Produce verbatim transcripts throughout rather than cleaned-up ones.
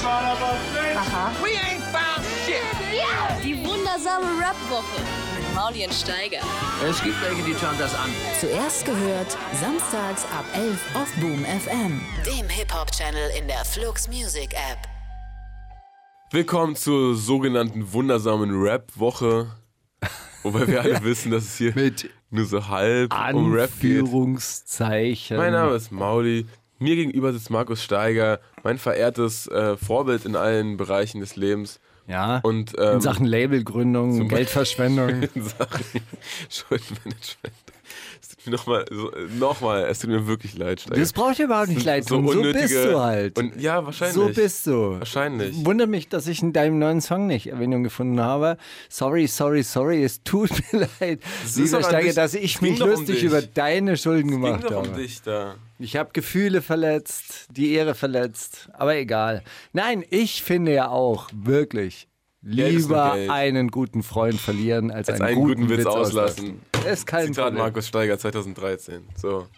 Aha. We ain't found shit. Die wundersame Rap-Woche mit Mauli und Steiger. Es gibt welche, die schauen das an. Zuerst gehört, samstags ab elf auf Boom F M, dem Hip-Hop-Channel in der Flux Music App. Willkommen zur sogenannten wundersamen Rap-Woche. Wobei wir alle wissen, dass es hier mit nur so halb um Rap geht. Anführungszeichen. Mein Name ist Mauli. Mir gegenüber sitzt Markus Steiger, mein verehrtes äh, Vorbild in allen Bereichen des Lebens. Ja, Und, ähm, in Sachen Labelgründung, Geldverschwendung. In Sachen Schuldenmanagement. Es tut mir nochmal, so, nochmal, es tut mir wirklich leid, Steiger. Das braucht dir überhaupt nicht leid so tun, so unnötige, bist du halt. Und, ja, wahrscheinlich. So bist du. Wahrscheinlich. Wundert mich, dass ich in deinem neuen Song nicht Erwähnung gefunden habe. Sorry, sorry, sorry, es tut mir leid, Das lieber ist Steiger, dich, dass ich ging mich doch um lustig dich. über deine Schulden Es gemacht ging doch um habe. dich da. Ich habe Gefühle verletzt, die Ehre verletzt, aber egal. Nein, ich finde ja auch, wirklich, Geld ist nur lieber Geld. einen guten Freund verlieren, als, Als einen, einen guten, guten Witz Witz auslassen. Das ist kein Zitat Problem. Markus Steiger zweitausenddreizehn. So.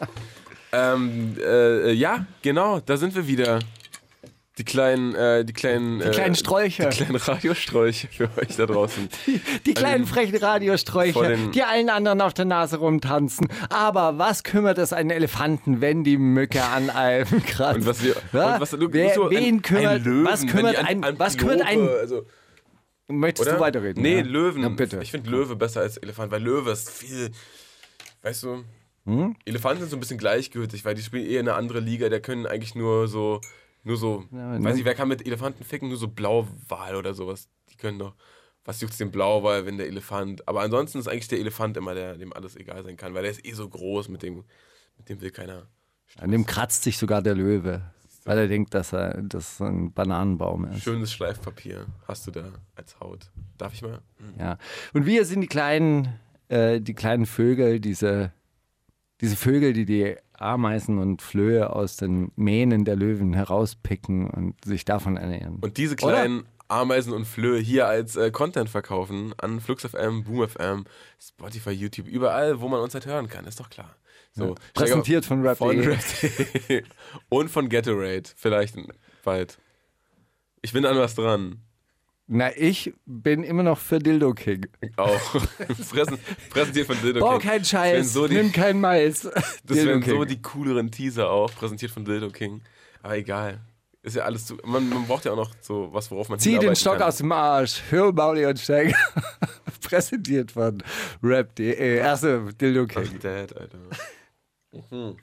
ähm, äh, ja, genau, da sind wir wieder. Die kleinen, äh, die kleinen, Die kleinen Sträucher. Die kleinen Radiosträuche für euch da draußen. Die kleinen frechen vor Radiosträucher, den- die allen anderen auf der Nase rumtanzen. Aber was kümmert es einen Elefanten, wenn die Mücke an einem kratzt? Und was wir, Ja? und was, du, Wer, so wen ein, kümmert, ein Löwen, was wenn kümmert die an- ein, an was kümmert ein, Antilope, also, möchtest oder? du weiterreden? Nee, ja? Löwen. Na, bitte. Ich finde Löwe besser als Elefant, weil Löwe ist viel, weißt du, Hm? Elefanten sind so ein bisschen gleichgültig, weil die spielen eher eine andere Liga, der können eigentlich nur so, nur so, Ja, weiß ne? ich, wer kann mit Elefanten ficken? Nur so Blauwal oder sowas. Die können doch, was juckt's den Blauwal, wenn der Elefant, aber ansonsten ist eigentlich der Elefant immer der, dem alles egal sein kann, weil der ist eh so groß, mit dem, mit dem will keiner. An dem kratzt sich sogar der Löwe, weil er denkt, dass er das ein Bananenbaum ist. Schönes Schleifpapier hast du da als Haut. Darf ich mal? Hm. Ja. Und wir sind die kleinen, äh, die kleinen Vögel, diese, diese Vögel, die die Ameisen und Flöhe aus den Mähnen der Löwen herauspicken und sich davon ernähren. Und diese kleinen Ameisen und Flöhe hier als äh, Content verkaufen an Flux F M, Boom F M, Spotify, YouTube, überall, wo man uns halt hören kann, ist doch klar. So, Ja. Präsentiert von Rap von punkt de. Rap punkt de. Und von Gatorade, vielleicht bald. Ich bin an was dran. Na, ich bin immer noch für Dildo King. Auch. Präsen, präsentiert von Dildo Bau King. keinen Scheiß, Das wären so die, nimm keinen Mais. das Dildo wären King. so die cooleren Teaser auch, präsentiert von Dildo King. Aber egal. Ist ja alles zu. Man, man braucht ja auch noch so was, worauf man Zieh den hinarbeiten Stock kann. aus dem Arsch. Hör Mauli und Steiger. Präsentiert von Rap punkt de. Erste Dildo King. Ach, Dad, Alter. Mhm.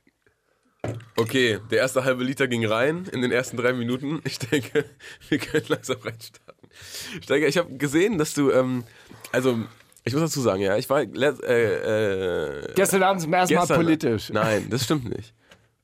Okay, der erste halbe Liter ging rein in den ersten drei Minuten. Ich denke, wir können langsam reinstarten. Steiger, ich habe gesehen, dass du, ähm, also, ich muss dazu sagen, ja, ich war let, äh, äh, Gestern Abend zum ersten Mal gestern- politisch. Nein, das stimmt nicht.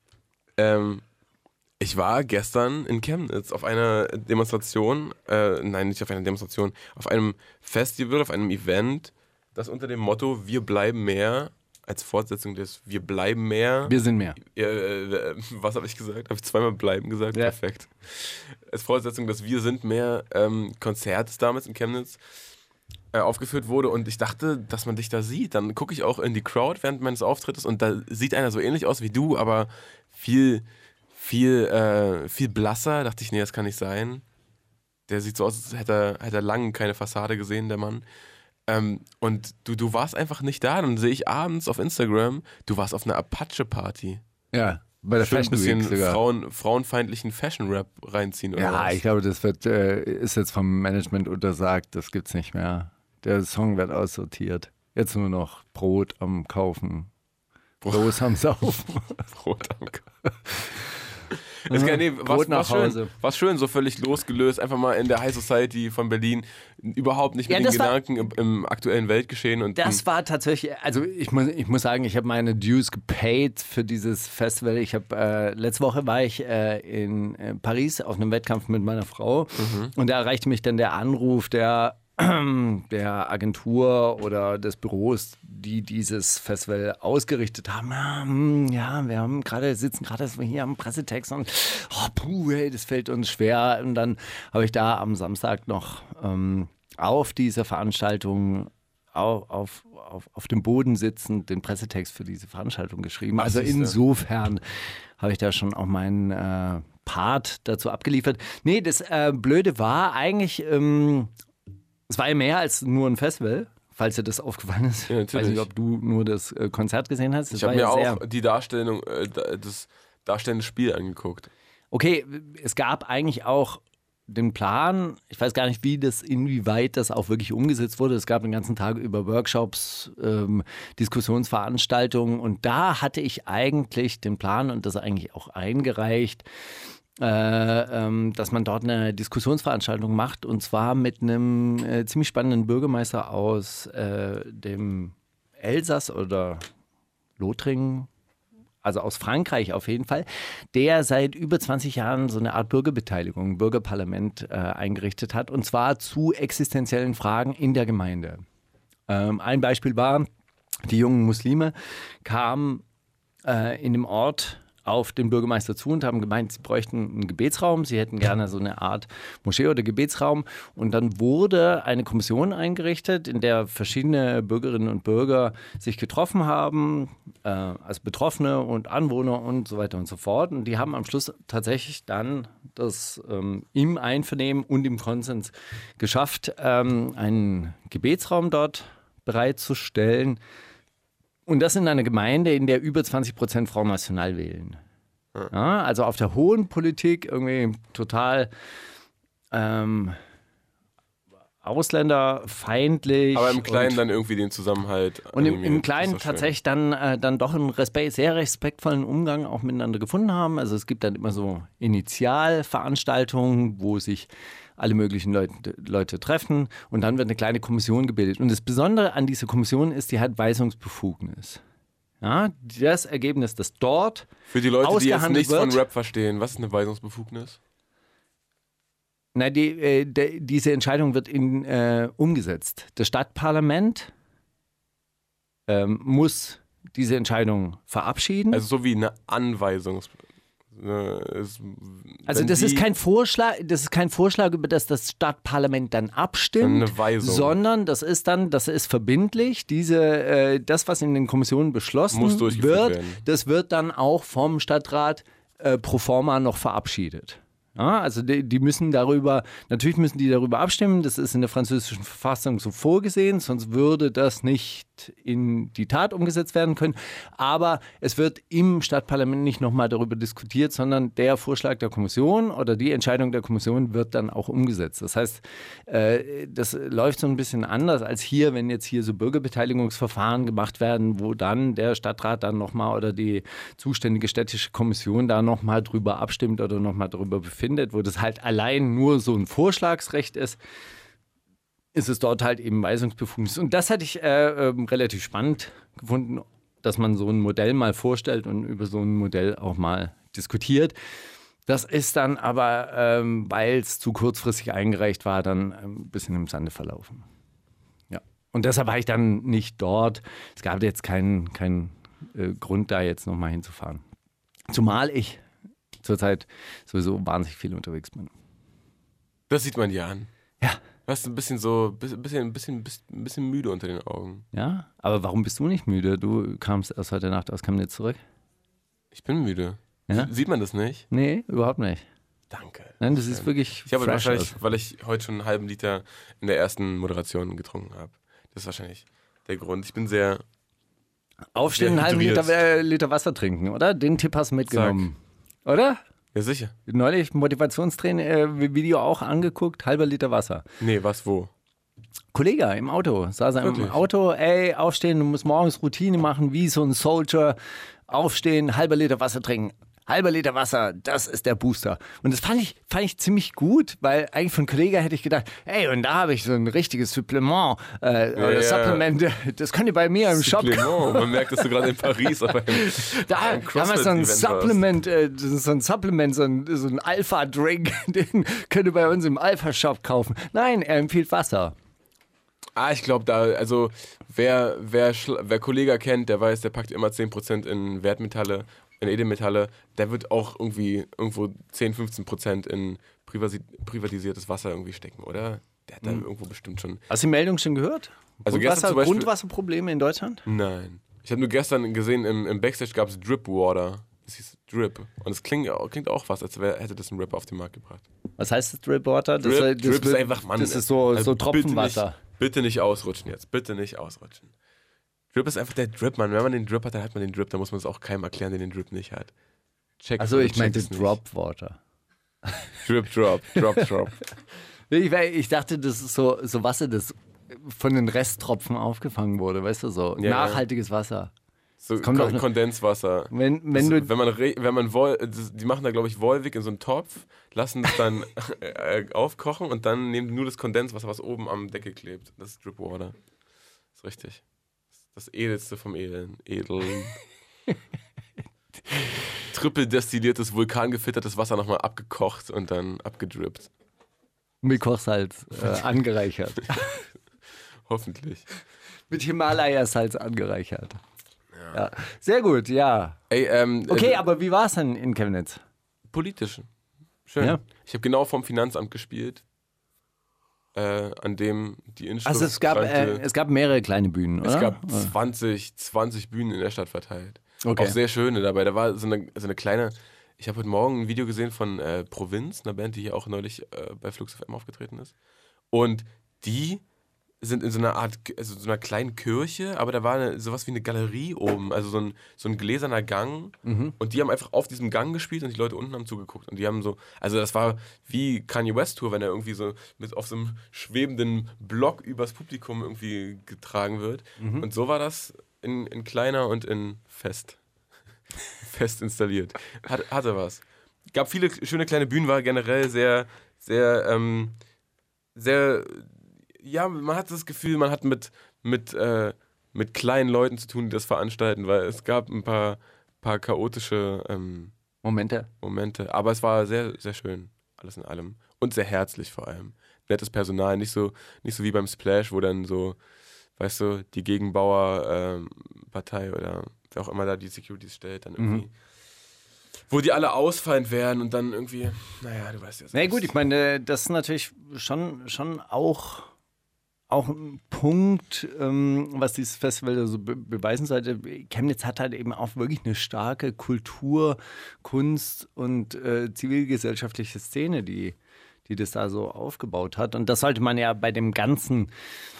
Ähm, ich war gestern in Chemnitz auf einer Demonstration, äh, nein, nicht auf einer Demonstration, auf einem Festival, auf einem Event, das unter dem Motto Wir bleiben mehr, als Fortsetzung des Wir bleiben mehr. Wir sind mehr. Äh, äh, was habe ich gesagt? Habe ich zweimal bleiben gesagt? Ja. Perfekt. Als Fortsetzung des Wir sind mehr ähm, Konzerts damals in Chemnitz äh, aufgeführt wurde und ich dachte, dass man dich da sieht. Dann gucke ich auch in die Crowd während meines Auftrittes und da sieht einer so ähnlich aus wie du, aber viel, viel, äh, viel blasser. Dachte ich, nee, das kann nicht sein. Der sieht so aus, als hätte er, hätte er lang keine Fassade gesehen, der Mann. Ähm, und du, du warst einfach nicht da. Dann sehe ich abends auf Instagram, du warst auf einer Apache-Party. Ja, bei der Schön ein Fashion Week bisschen sogar. Frauen, frauenfeindlichen Fashion-Rap reinziehen. Oder Ja, was? ich glaube, das wird, äh, ist jetzt vom Management untersagt. Das gibt's nicht mehr. Der Song wird aussortiert. Jetzt nur noch Brot am Kaufen. Brot am Saufen. Brot am K- Ist geil, nee, Brot was, nach was, schön, Hause. was schön, so völlig losgelöst, einfach mal in der High Society von Berlin, überhaupt nicht mit Ja, den das war- Gedanken im, im aktuellen Weltgeschehen. Und Das war tatsächlich, also ich muss, ich muss sagen, ich habe meine Dues gepaid für dieses Festival. Ich habe, äh, letzte Woche war ich äh, in äh, Paris auf einem Wettkampf mit meiner Frau und da erreichte mich dann der Anruf der der Agentur oder des Büros, die dieses Festival ausgerichtet haben. Ja, hm, ja wir haben gerade sitzen gerade so hier am Pressetext und oh, puh, hey, das fällt uns schwer. Und dann habe ich da am Samstag noch ähm, auf dieser Veranstaltung auf, auf, auf, auf dem Boden sitzend den Pressetext für diese Veranstaltung geschrieben. Ach, Also siehste. insofern habe ich da schon auch meinen äh, Part dazu abgeliefert. Nee, das äh, Blöde war eigentlich, ähm, es war ja mehr als nur ein Festival, falls dir das aufgefallen ist. Ja, ich weiß nicht, ob du nur das äh, Konzert gesehen hast. Das ich habe war mir ja auch sehr die Darstellung, äh, das darstellende Spiel angeguckt. Okay, es gab eigentlich auch den Plan, ich weiß gar nicht, wie das, inwieweit das auch wirklich umgesetzt wurde. Es gab den ganzen Tag über Workshops, ähm, Diskussionsveranstaltungen und da hatte ich eigentlich den Plan und das eigentlich auch eingereicht, äh, ähm, dass man dort eine Diskussionsveranstaltung macht und zwar mit einem äh, ziemlich spannenden Bürgermeister aus äh, dem Elsass oder Lothringen. Also aus Frankreich auf jeden Fall, der seit über zwanzig Jahren so eine Art Bürgerbeteiligung, Bürgerparlament äh, eingerichtet hat und zwar zu existenziellen Fragen in der Gemeinde. Ähm, ein Beispiel war, die jungen Muslime kamen äh, in dem Ort auf den Bürgermeister zu und haben gemeint, sie bräuchten einen Gebetsraum, sie hätten gerne so eine Art Moschee oder Gebetsraum und dann wurde eine Kommission eingerichtet, in der verschiedene Bürgerinnen und Bürger sich getroffen haben, äh, als Betroffene und Anwohner und so weiter und so fort und die haben am Schluss tatsächlich dann das ähm, im Einvernehmen und im Konsens geschafft, ähm, einen Gebetsraum dort bereitzustellen. Und das in einer Gemeinde, in der über zwanzig Prozent Front National wählen. Ja, also auf der hohen Politik irgendwie total ähm, ausländerfeindlich. Aber im Kleinen und, dann irgendwie den Zusammenhalt. Und im, im animiert. Kleinen Das ist doch schön. tatsächlich dann, äh, dann doch einen Respekt, sehr respektvollen Umgang auch miteinander gefunden haben. Also es gibt dann immer so Initialveranstaltungen, wo sich alle möglichen Leute, Leute treffen und dann wird eine kleine Kommission gebildet. Und das Besondere an dieser Kommission ist, die hat Weisungsbefugnis. Ja, das Ergebnis, das dort Für die Leute, die jetzt ausgehandelt nichts von wird. Rap verstehen, was ist eine Weisungsbefugnis? Na, die, äh, de, diese Entscheidung wird in, äh, umgesetzt. Das Stadtparlament ähm, muss diese Entscheidung verabschieden. Also so wie eine Anweisung. Äh, es- Also wenn das ist die- kein Vorschlag, das ist kein Vorschlag, über das das Stadtparlament dann abstimmt, Eine Weisung. sondern das ist dann, das ist verbindlich. Diese, äh, das, was in den Kommissionen beschlossen Muss durchgeführt wird, werden. das wird dann auch vom Stadtrat äh, pro forma noch verabschiedet. Ja, also die, die müssen darüber, natürlich müssen die darüber abstimmen, das ist in der französischen Verfassung so vorgesehen, sonst würde das nicht in die Tat umgesetzt werden können. Aber es wird im Stadtparlament nicht nochmal darüber diskutiert, sondern der Vorschlag der Kommission oder die Entscheidung der Kommission wird dann auch umgesetzt. Das heißt, äh, das läuft so ein bisschen anders als hier, wenn jetzt hier so Bürgerbeteiligungsverfahren gemacht werden, wo dann der Stadtrat dann nochmal oder die zuständige städtische Kommission da nochmal drüber abstimmt oder nochmal drüber befindet, wo das halt allein nur so ein Vorschlagsrecht ist, ist es dort halt eben Weisungsbefugnis. Und das hatte ich äh, ähm, relativ spannend gefunden, dass man so ein Modell mal vorstellt und über so ein Modell auch mal diskutiert. Das ist dann aber, ähm, weil es zu kurzfristig eingereicht war, dann ein bisschen im Sande verlaufen. Ja. Und deshalb war ich dann nicht dort. Es gab jetzt keinen, keinen äh, Grund, da jetzt nochmal hinzufahren. Zumal ich zurzeit sowieso wahnsinnig viel unterwegs bin. Das sieht man dir an. Ja. Du hast ein bisschen so, bisschen, bisschen, bisschen, ein bisschen müde unter den Augen. Ja, aber warum bist du nicht müde? Du kamst erst heute Nacht aus Chemnitz zurück. Ich bin müde. Ja? Sie- Sieht man das nicht? Nee, überhaupt nicht. Danke. Nein, das ist wirklich Ich habe fresh wahrscheinlich, aus. weil ich heute schon einen halben Liter in der ersten Moderation getrunken habe. Das ist wahrscheinlich der Grund. Ich bin sehr. Aufstehen, einen sehr halben Liter, hydriert. äh, Liter Wasser trinken, oder? Den Tipp hast du mitgenommen. Oder? Ja, sicher. Neulich Motivationstraining-Video auch angeguckt, halber Liter Wasser. Nee, was, wo? Kollege im Auto, saß er im Wirklich? Auto, ey, aufstehen, du musst morgens Routine machen, wie so ein Soldier. Aufstehen, halber Liter Wasser trinken. Halber Liter Wasser, das ist der Booster. Und das fand ich, fand ich ziemlich gut, weil eigentlich von Kollege hätte ich gedacht, ey, und da habe ich so ein richtiges Supplement, äh, oder ja. Supplement, das könnt ihr bei mir im Shop Supplement. Man merkt, dass du gerade in Paris auf einem, Da, auf einem da haben wir so ein CrossFit-Event warst. Supplement, äh, das ist so ein Supplement, so ein, so ein Alpha-Drink, den könnt ihr bei uns im Alpha-Shop kaufen. Nein, er empfiehlt Wasser. Ah, ich glaube, da, also, wer, wer, Schla- wer Kollega kennt, der weiß, der packt immer zehn Prozent in Wertmetalle, in Edelmetalle. Der wird auch irgendwie irgendwo zehn, fünfzehn Prozent in privasi- privatisiertes Wasser irgendwie stecken, oder? Der hat da irgendwo bestimmt schon. Hast du die Meldung schon gehört? Also gestern Grundwasser, zum Beispiel- Grundwasserprobleme in Deutschland? Nein. Ich habe nur gestern gesehen, im, im Backstage gab es Drip Water. Das hieß Drip. Und es klingt, klingt auch was, als wär, hätte das ein Rapper auf den Markt gebracht. Was heißt das, Drip Water? Das, Drip, das Drip ist einfach, Mann. Das ist so, also so Tropfenwasser. Bitte nicht, bitte nicht ausrutschen jetzt. Bitte nicht ausrutschen. Drip ist einfach der Drip, Mann. Wenn man den Drip hat, dann hat man den Drip. Dann muss man es auch keinem erklären, der den Drip nicht hat. Check. Also ich check meinte es nicht. Drop Water. Drip, Drop, Drop, Drop. Ich, ich dachte, das ist so, so Wasser, das von den Resttropfen aufgefangen wurde, weißt du, so Ja, nachhaltiges Wasser. So kommt Kon auch- Kondenswasser. Wenn, wenn das, du, wenn man, re- wenn man Wol, das, die machen da, glaube ich, Wolwig in so einen Topf, lassen das dann äh, aufkochen und dann nehmen die nur das Kondenswasser, was oben am Deckel klebt. Das ist Drip Water. Das ist richtig. Das ist das Edelste vom Edeln. Edeln. Triple destilliertes, vulkangefiltertes Wasser nochmal abgekocht und dann abgedrippt. mit Kochsalz äh, angereichert. Hoffentlich. Mit Himalaya-Salz angereichert. Ja. Sehr gut, ja. Ey, ähm, Okay, äh, aber wie war es denn in Chemnitz? politisch. Schön. Ja. Ich habe genau vom Finanzamt gespielt, äh, an dem die Innenstadt. Also es gab, äh, es gab mehrere kleine Bühnen, oder? Es gab zwanzig, zwanzig Bühnen in der Stadt verteilt. Okay. Auch sehr schöne dabei. Da war so eine, so eine kleine. Ich habe heute Morgen ein Video gesehen von äh, Provinz, einer Band, die hier auch neulich äh, bei Flux F M aufgetreten ist. Und die sind in so einer Art, also so einer kleinen Kirche, aber da war eine, sowas wie eine Galerie oben, also so ein, so ein gläserner Gang. Mhm. Und die haben einfach auf diesem Gang gespielt und die Leute unten haben zugeguckt. Und die haben so, also das war wie Kanye West Tour, wenn er irgendwie so mit auf so einem schwebenden Block übers Publikum irgendwie getragen wird. Mhm. Und so war das in, in kleiner und in fest. Fest installiert. Hat, hatte was. Gab viele schöne kleine Bühnen, war generell sehr, sehr, ähm, sehr, ja, man hat das Gefühl, man hat mit, mit, äh, mit kleinen Leuten zu tun, die das veranstalten, weil es gab ein paar, paar chaotische ähm, Momente. Momente, aber es war sehr, sehr schön, alles in allem. Und sehr herzlich vor allem. Nettes Personal, nicht so, nicht so wie beim Splash, wo dann so, weißt du, die Gegenbauer-Partei oder wer auch immer da die Securities stellt, dann irgendwie, Mhm. wo die alle ausfallend werden und dann irgendwie, naja, du weißt ja. Na gut, ich meine, das ist natürlich schon, schon auch, auch ein Punkt, ähm, was dieses Festival so be beweisen sollte. Chemnitz hat halt eben auch wirklich eine starke Kultur, Kunst und äh, zivilgesellschaftliche Szene, die, die das da so aufgebaut hat. Und das sollte man ja bei dem ganzen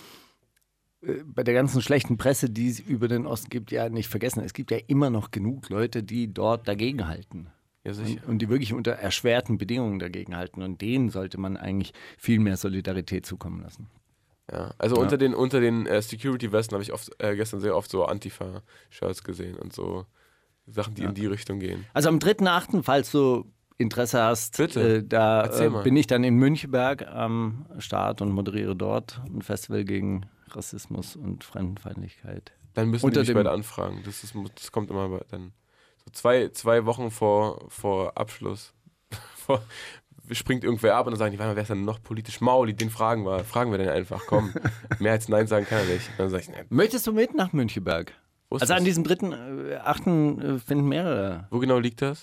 bei der ganzen schlechten Presse, die es über den Osten gibt, ja nicht vergessen. Es gibt ja immer noch genug Leute, die dort dagegenhalten. Ja, sicher. Und, und die wirklich unter erschwerten Bedingungen dagegenhalten. Und denen sollte man eigentlich viel mehr Solidarität zukommen lassen. Ja, also Ja. unter den, unter den äh, Security-Westen habe ich oft, äh, gestern sehr oft so Antifa-Shirts gesehen und so Sachen, die Ja. in die Richtung gehen. Also am dritten achten, falls du Interesse hast, Bitte. äh, da Erzähl äh, mal. bin ich dann in Müncheberg am Start und moderiere dort ein Festival gegen Rassismus und Fremdenfeindlichkeit. Dann müssen Unter wir dich dem- beide anfragen. Das, ist, das kommt immer bei- dann so zwei, zwei Wochen vor, vor Abschluss. vor, springt irgendwer ab und dann sagen die, warte mal, wer ist denn noch politisch Mauli? Den fragen wir. Fragen wir den einfach. Komm, mehr als Nein sagen kann er nicht. Dann sag ich, nein. Möchtest du mit nach Müncheberg? Wo ist Also das? an diesem dritten, äh, achten äh, finden mehrere. Wo genau liegt das?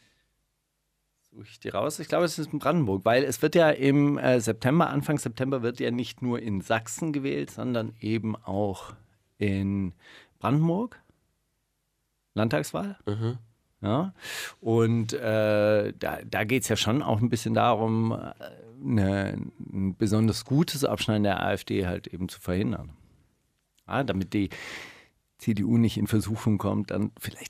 Suche ich die raus? Ich glaube, es ist in Brandenburg, weil es wird ja im äh, September, Anfang September wird ja nicht nur in Sachsen gewählt, sondern eben auch in Brandenburg. Landtagswahl. Mhm. Ja. Und äh, da, da geht es ja schon auch ein bisschen darum, äh, ne, ein besonders gutes Abschneiden der AfD halt eben zu verhindern. Ja, damit die C D U nicht in Versuchung kommt, dann vielleicht.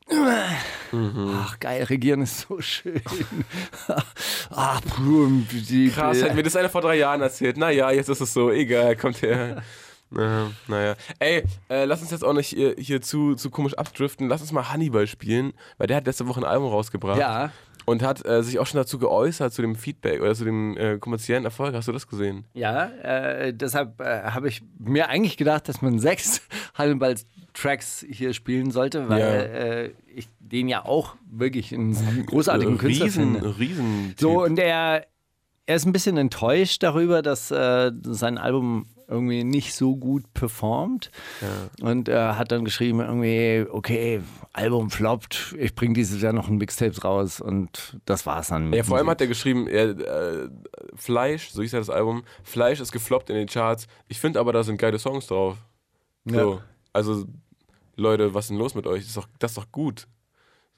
Ach, geil, regieren ist so schön. Ach, Blumen, die, Krass, hätte mir das einer vor drei Jahren erzählt. Naja, jetzt ist es so, egal, kommt her. Na, naja. Ey, äh, lass uns jetzt auch nicht hier, hier zu, zu komisch abdriften. Lass uns mal Hannibal spielen, weil der hat letzte Woche ein Album rausgebracht. Ja. Und hat äh, sich auch schon dazu geäußert, zu dem Feedback oder zu dem äh, kommerziellen Erfolg. Hast du das gesehen? Ja, äh, deshalb äh, habe ich mir eigentlich gedacht, dass man sechs Hannibal-Tracks hier spielen sollte, weil Ja. äh, ich den ja auch wirklich einen großartigen Künstler riesen, finde. Riesen. So, und er, er ist ein bisschen enttäuscht darüber, dass äh, sein Album irgendwie nicht so gut performt. Ja. Und er hat dann geschrieben, irgendwie, okay, Album floppt, ich bringe dieses Jahr noch ein Mixtape raus und das war's dann. mit Ja, vor allem Musik. hat er geschrieben, er, äh, Fleisch, so hieß ja das Album, Fleisch ist gefloppt in den Charts. Ich finde aber, da sind geile Songs drauf. So, Ja. also, Leute, was ist denn los mit euch? Das ist doch, das ist doch gut.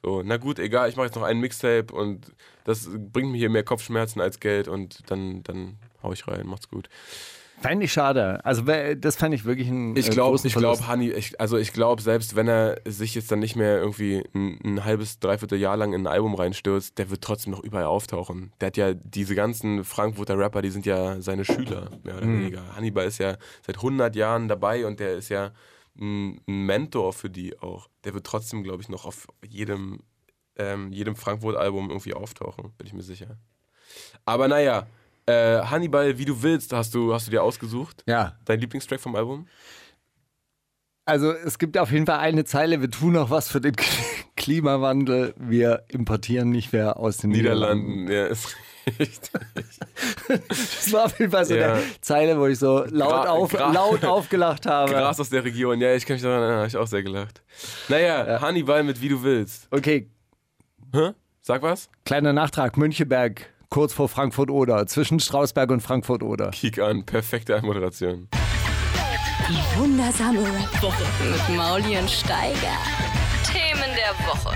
So, na gut, egal, ich mache jetzt noch einen Mixtape und das bringt mir hier mehr Kopfschmerzen als Geld und dann, dann hau ich rein, macht's gut. Fände ich schade. Also das fand ich wirklich ein Ich äh, glaube, großen ich Verlust. glaube, Hani, ich, also ich glaube, selbst wenn er sich jetzt dann nicht mehr irgendwie ein, ein halbes, dreiviertel Jahr lang in ein Album reinstürzt, der wird trotzdem noch überall auftauchen. Der hat ja diese ganzen Frankfurter Rapper, die sind ja seine Schüler, mehr oder Mhm. weniger. Hannibal ist ja seit hundert Jahren dabei und der ist ja ein, ein Mentor für die auch. Der wird trotzdem, glaube ich, noch auf jedem, ähm, jedem Frankfurt-Album irgendwie auftauchen, bin ich mir sicher. Aber naja, äh, Hannibal, wie du willst, hast du, hast du dir ausgesucht? Ja, Dein Lieblingstrack vom Album? also es gibt auf jeden Fall eine Zeile, wir tun noch was für den K- Klimawandel, wir importieren nicht mehr aus den Niederlanden. Niederlanden, ja, ist richtig. Das war auf jeden Fall so Ja. eine Zeile, wo ich so laut, Gra- auf, Gra- laut aufgelacht habe. Gras aus der Region, ja, ich kann mich daran erinnern, habe ich auch sehr gelacht. Naja, Hannibal mit Wie du willst. Okay, Hä? Sag was? kleiner Nachtrag, Müncheberg, kurz vor Frankfurt-Oder, zwischen Strausberg und Frankfurt-Oder. Kick an, perfekte Anmoderation. Die wundersame Rap-Woche mit Mauli und Steiger. Themen der Woche.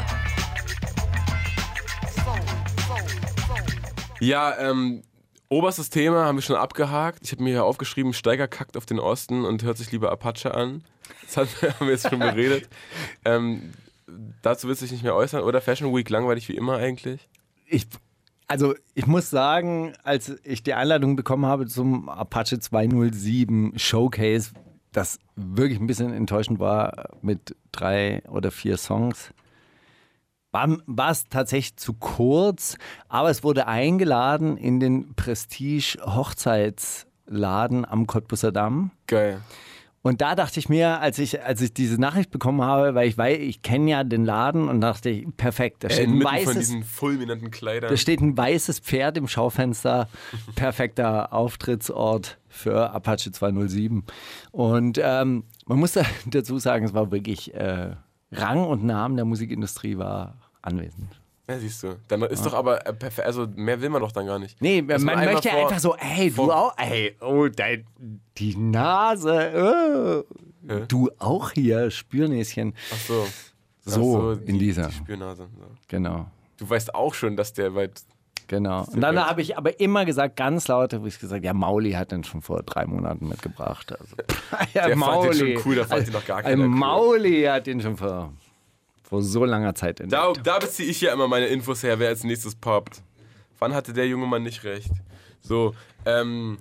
Ja, ähm, oberstes Thema haben wir schon abgehakt. Ich habe mir hier aufgeschrieben, Steiger kackt auf den Osten und hört sich lieber Apache an. Das hat, haben wir jetzt schon beredet. Ähm, dazu willst du dich nicht mehr äußern, oder? Fashion Week langweilig wie immer eigentlich? Ich, also ich muss sagen, als ich die Einladung bekommen habe zum Apache zweihundertsieben Showcase, das wirklich ein bisschen enttäuschend war mit drei oder vier Songs, war, war es tatsächlich zu kurz, aber es wurde eingeladen in den Prestige-Hochzeitsladen am Cottbusser Damm. Geil. Und da dachte ich mir, als ich, als ich diese Nachricht bekommen habe, weil ich weiß, ich kenne ja den Laden und dachte ich, perfekt, da Äh, steht ein inmitten von weißes, diesen fulminanten Kleidern. da steht ein weißes Pferd im Schaufenster, perfekter Auftrittsort für Apache zweihundertsieben. Und ähm, man muss da dazu sagen, es war wirklich äh, Rang und Namen der Musikindustrie war anwesend. Ja, siehst du. Dann ist doch aber äh, perfekt, also mehr will man doch dann gar nicht. Nee, Dass man, einmal möchte vor- einfach so, ey, du vor- auch, ey, oh, dein, die Nase, oh, Ja. du auch hier, Spürnäschen. Ach so. So, Ach in die, dieser. Die Spürnase. So. Genau. Du weißt auch schon, dass der weit. Genau. Und dann habe ich aber immer gesagt, ganz laut, habe ich gesagt, ja, Mauli hat den schon vor drei Monaten mitgebracht. Also, ja, Der fand den schon cool, da fand ihn noch gar keiner Ein cool. Mauli hat den schon vor, vor so langer Zeit entdeckt. Da, da beziehe ich ja immer meine Infos her, wer als nächstes poppt. Wann hatte der junge Mann nicht recht? So, ähm.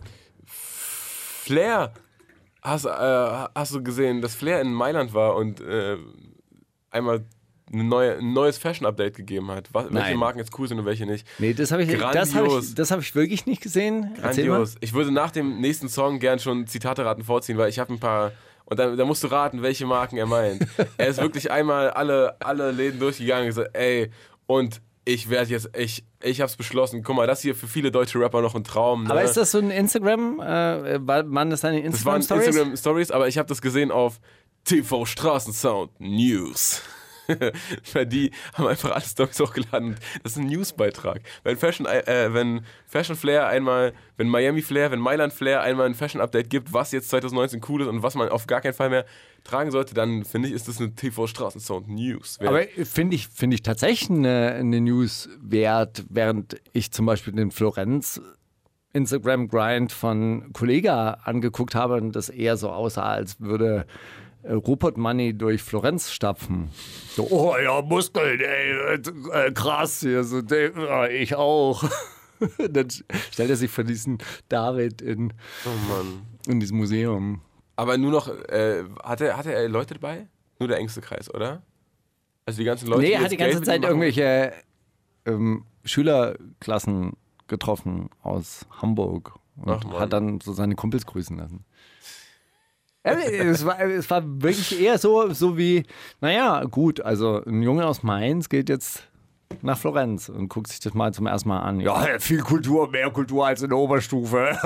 Flair. Hast, äh, hast du gesehen, dass Flair in Mailand war und äh, einmal eine neue, ein neues Fashion-Update gegeben hat? Was, welche Nein. Marken jetzt cool sind und welche nicht? Nee, das habe ich, das hab Grandios. ich, das hab ich wirklich nicht gesehen. Erzähl mal. Grandios. Ich würde nach dem nächsten Song gern schon Zitate-Raten vorziehen, weil ich habe ein paar. Und dann, dann musst du raten, welche Marken er meint. Er ist wirklich einmal alle, alle Läden durchgegangen und gesagt, ey, und ich werde jetzt, ich, ich hab's beschlossen. Guck mal, das hier für viele deutsche Rapper noch ein Traum. Ne? Aber ist das so ein Instagram? Äh, war- waren das deine Das waren Instagram-Stories? Instagram-Stories, aber ich habe das gesehen auf T V Straßensound News. Weil die haben einfach alle Stories hochgeladen. Das ist ein Newsbeitrag. Wenn Fashion, äh, wenn Fashion Flair einmal, wenn Miami Flair, wenn Mailand Flair einmal ein Fashion-Update gibt, was jetzt zwanzig neunzehn cool ist und was man auf gar keinen Fall mehr tragen sollte, dann finde ich, ist das eine T V Straßensound News. Wer- Aber finde ich, find ich tatsächlich eine, eine News wert, während ich zum Beispiel den Florenz Instagram-Grind von Kollega angeguckt habe und das eher so aussah, als würde äh, Rupert Money durch Florenz stapfen. So, oh ja, Muskeln, ey, äh, krass, hier, so, äh, ich auch. Dann stellt er sich vor diesen David in, oh Mann. in diesem Museum. Aber nur noch, äh, hatte, hatte er Leute dabei? Nur der engste Kreis, oder? Also die ganzen Leute, Nee, die er hat jetzt die ganze Geld mit Zeit ihm machen? irgendwelche ähm, Schülerklassen getroffen aus Hamburg und Ach, Mann. hat dann so seine Kumpels grüßen lassen. Ja, es, war, es war wirklich eher so, so wie, naja, gut, also ein Junge aus Mainz geht jetzt nach Florenz und guckt sich das mal zum ersten Mal an. Ja, viel Kultur, mehr Kultur als in der Oberstufe.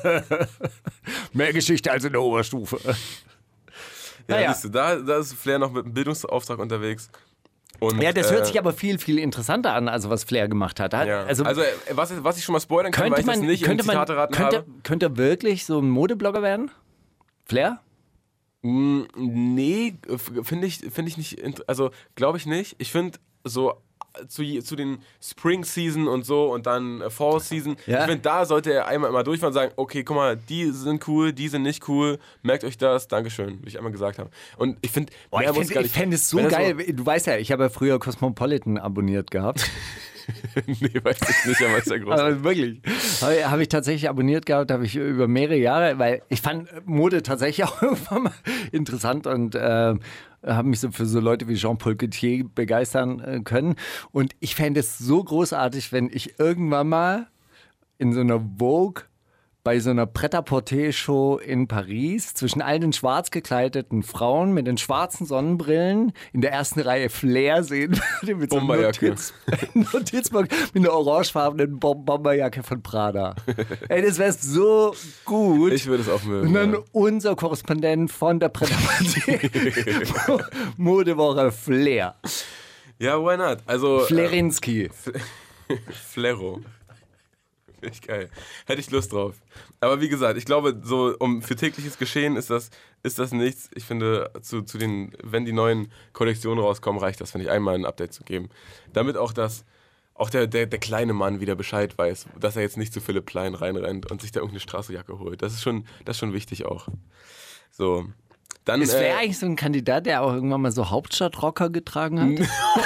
Mehr Geschichte als in der Oberstufe. Ja, Naja. siehst du, da, da ist Flair noch mit einem Bildungsauftrag unterwegs. Und, Ja, das hört äh, sich aber viel, viel interessanter an, als was Flair gemacht hat. Ja. Also, Also, äh, was, was ich schon mal spoilern kann, weil könnte ich man, das nicht könnte in man, Zitate raten könnte, habe. könnte er wirklich so ein Modeblogger werden? Flair? Mm, Nee, f- finde ich, find ich nicht, int- also glaube ich nicht. Ich finde, so zu, zu den Spring Season und so und dann äh, Fall Season. Ja. Ich finde, da sollte er einmal immer durchfahren und sagen, okay, guck mal, die sind cool, die sind nicht cool, merkt euch das, Dankeschön, wie ich einmal gesagt habe. Und ich finde, Oh, ich fände fänd es so geil. So du weißt ja, ich habe ja früher Cosmopolitan abonniert gehabt. nee, weiß ich nicht, aber ist ja groß. Aber wirklich. Habe hab ich tatsächlich abonniert gehabt, habe ich über mehrere Jahre, weil ich fand Mode tatsächlich auch irgendwann mal interessant und äh, habe mich so für so Leute wie Jean-Paul Gaultier begeistern äh, können. Und ich fände es so großartig, wenn ich irgendwann mal in so einer Vogue bei so einer Pret-à-Porter-Show in Paris zwischen all den schwarz gekleideten Frauen mit den schwarzen Sonnenbrillen in der ersten Reihe Flair sehen würde mit so einem Notiz, Notizblock mit einer orangefarbenen Bom- Bomberjacke von Prada. Ey, das wäre so gut. Ich würde es auch mögen. Und dann ja. unser Korrespondent von der Pret-à-Porter Modewoche Flair. Ja, why not? Also, Flerinski. Äh, Flero. Finde ich geil. Hätte ich Lust drauf. Aber wie gesagt, ich glaube, so um für tägliches Geschehen ist das, ist das nichts. Ich finde, zu, zu den, wenn die neuen Kollektionen rauskommen, reicht das, finde ich, einmal ein Update zu geben. Damit auch das, auch der, der, der kleine Mann wieder Bescheid weiß, dass er jetzt nicht zu Philipp Plein reinrennt und sich da irgendeine Straßenjacke holt. Das ist schon, das ist schon wichtig auch. So. Dann, Es wäre äh, eigentlich so ein Kandidat, der auch irgendwann mal so Hauptstadtrocker getragen hat.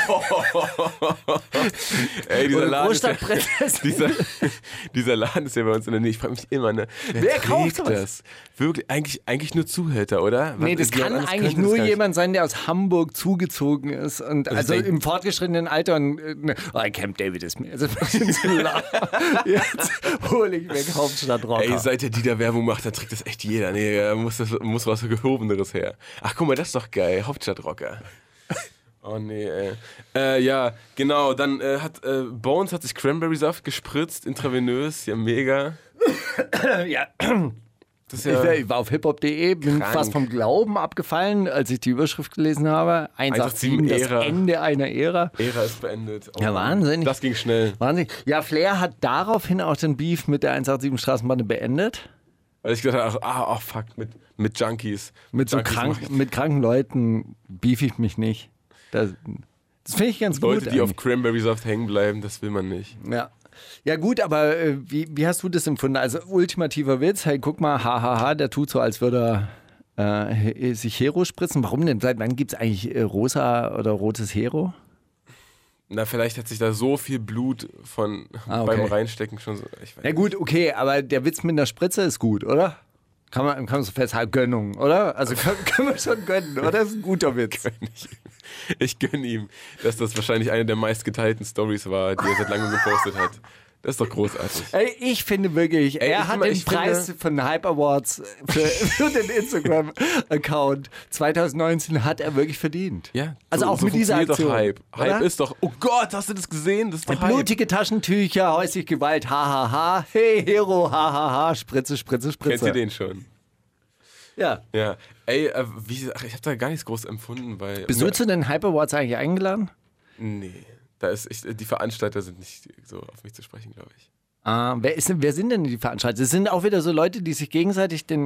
Ey, dieser Oder Laden, ist ja, Großstadtprinzessin. dieser, dieser Laden ist ja bei uns in der Nähe. Ich frage mich immer, ne, wer, Wer trägt kauft sowas? das? Wirklich, eigentlich, eigentlich nur Zuhälter, oder? Nee, Was- das wie kann anders eigentlich könnte das nur gar nicht- jemand sein, der aus Hamburg zugezogen ist und Also also denk- im fortgeschrittenen Alter und äh, ne, oh, Camp David ist mir also ein bisschen zu laut. Jetzt hole ich mir Hauptstadtrocker. Ey, seit der Dieter Werbung macht, dann trägt das echt jeder. Nee, da muss, das, muss was Gehobeneres her. Ach, guck mal, das ist doch geil. Hauptstadtrocker. Oh nee, ey. Äh, ja, genau. Dann äh, hat äh, Bones hat sich Cranberry-Saft gespritzt, intravenös. Ja, mega. ja. Das ist Ich, ja war, ich war auf hiphop punkt de, bin Krank. fast vom Glauben abgefallen, als ich die Überschrift gelesen habe. eins acht sieben, das Ära. Ende einer Ära. Ära ist beendet. Oh, Ja, wahnsinnig. Das ging schnell. Wahnsinn. Ja, Flair hat daraufhin auch den Beef mit der eins acht sieben Straßenbahn beendet. Weil ich gedacht habe, ach, ah, oh, fuck, mit, mit Junkies. Mit so Junkies krank, mach ich- mit kranken Leuten beef ich mich nicht. Das, das finde ich ganz Leute, gut. die auf eigentlich. Cranberry-Saft hängen bleiben, das will man nicht. Ja. Ja gut, aber äh, wie, wie hast du das empfunden? Also ultimativer Witz, hey guck mal, hahaha, der tut so, als würde er äh, sich Hero spritzen. Warum denn? Seit wann gibt es eigentlich äh, rosa oder rotes Hero? Na, vielleicht hat sich da so viel Blut von Ah, okay. beim Reinstecken schon so. Ich weiß Ja gut, okay, aber der Witz mit einer Spritze ist gut, oder? Kann man, kann man so festhalten, Gönnung, oder? Also können, können wir schon gönnen, oder? Das ist ein guter Witz. nicht. Ich gönne ihm, dass das wahrscheinlich eine der meistgeteilten Stories war, die er seit langem gepostet hat. Das ist doch großartig. Ey, ich finde wirklich, Ey, er ich hat immer- den ich Preis finde- von Hype Awards für, für den Instagram-Account zwanzig neunzehn hat er wirklich verdient. Ja, Also so, auch so mit dieser funktioniert Aktion. doch Hype. Hype oder? ist doch, oh Gott, hast du das gesehen? Das ist doch Hype. Blutige Taschentücher, häusliche Gewalt, hahaha, ha, ha. Hey Hero, hahaha, ha, ha. Spritze, Spritze, Spritze. Kennt ihr den schon? Ja. Ja. Ey, äh, wie, ach, ich habe da gar nichts groß empfunden, weil... Bist du zu den Hype Awards eigentlich eingeladen? Nee, da ist, ich, die Veranstalter sind nicht so auf mich zu sprechen, glaube ich. Ah, wer, ist, denn- wer sind denn die Veranstalter? Das sind auch wieder so Leute, die sich gegenseitig den,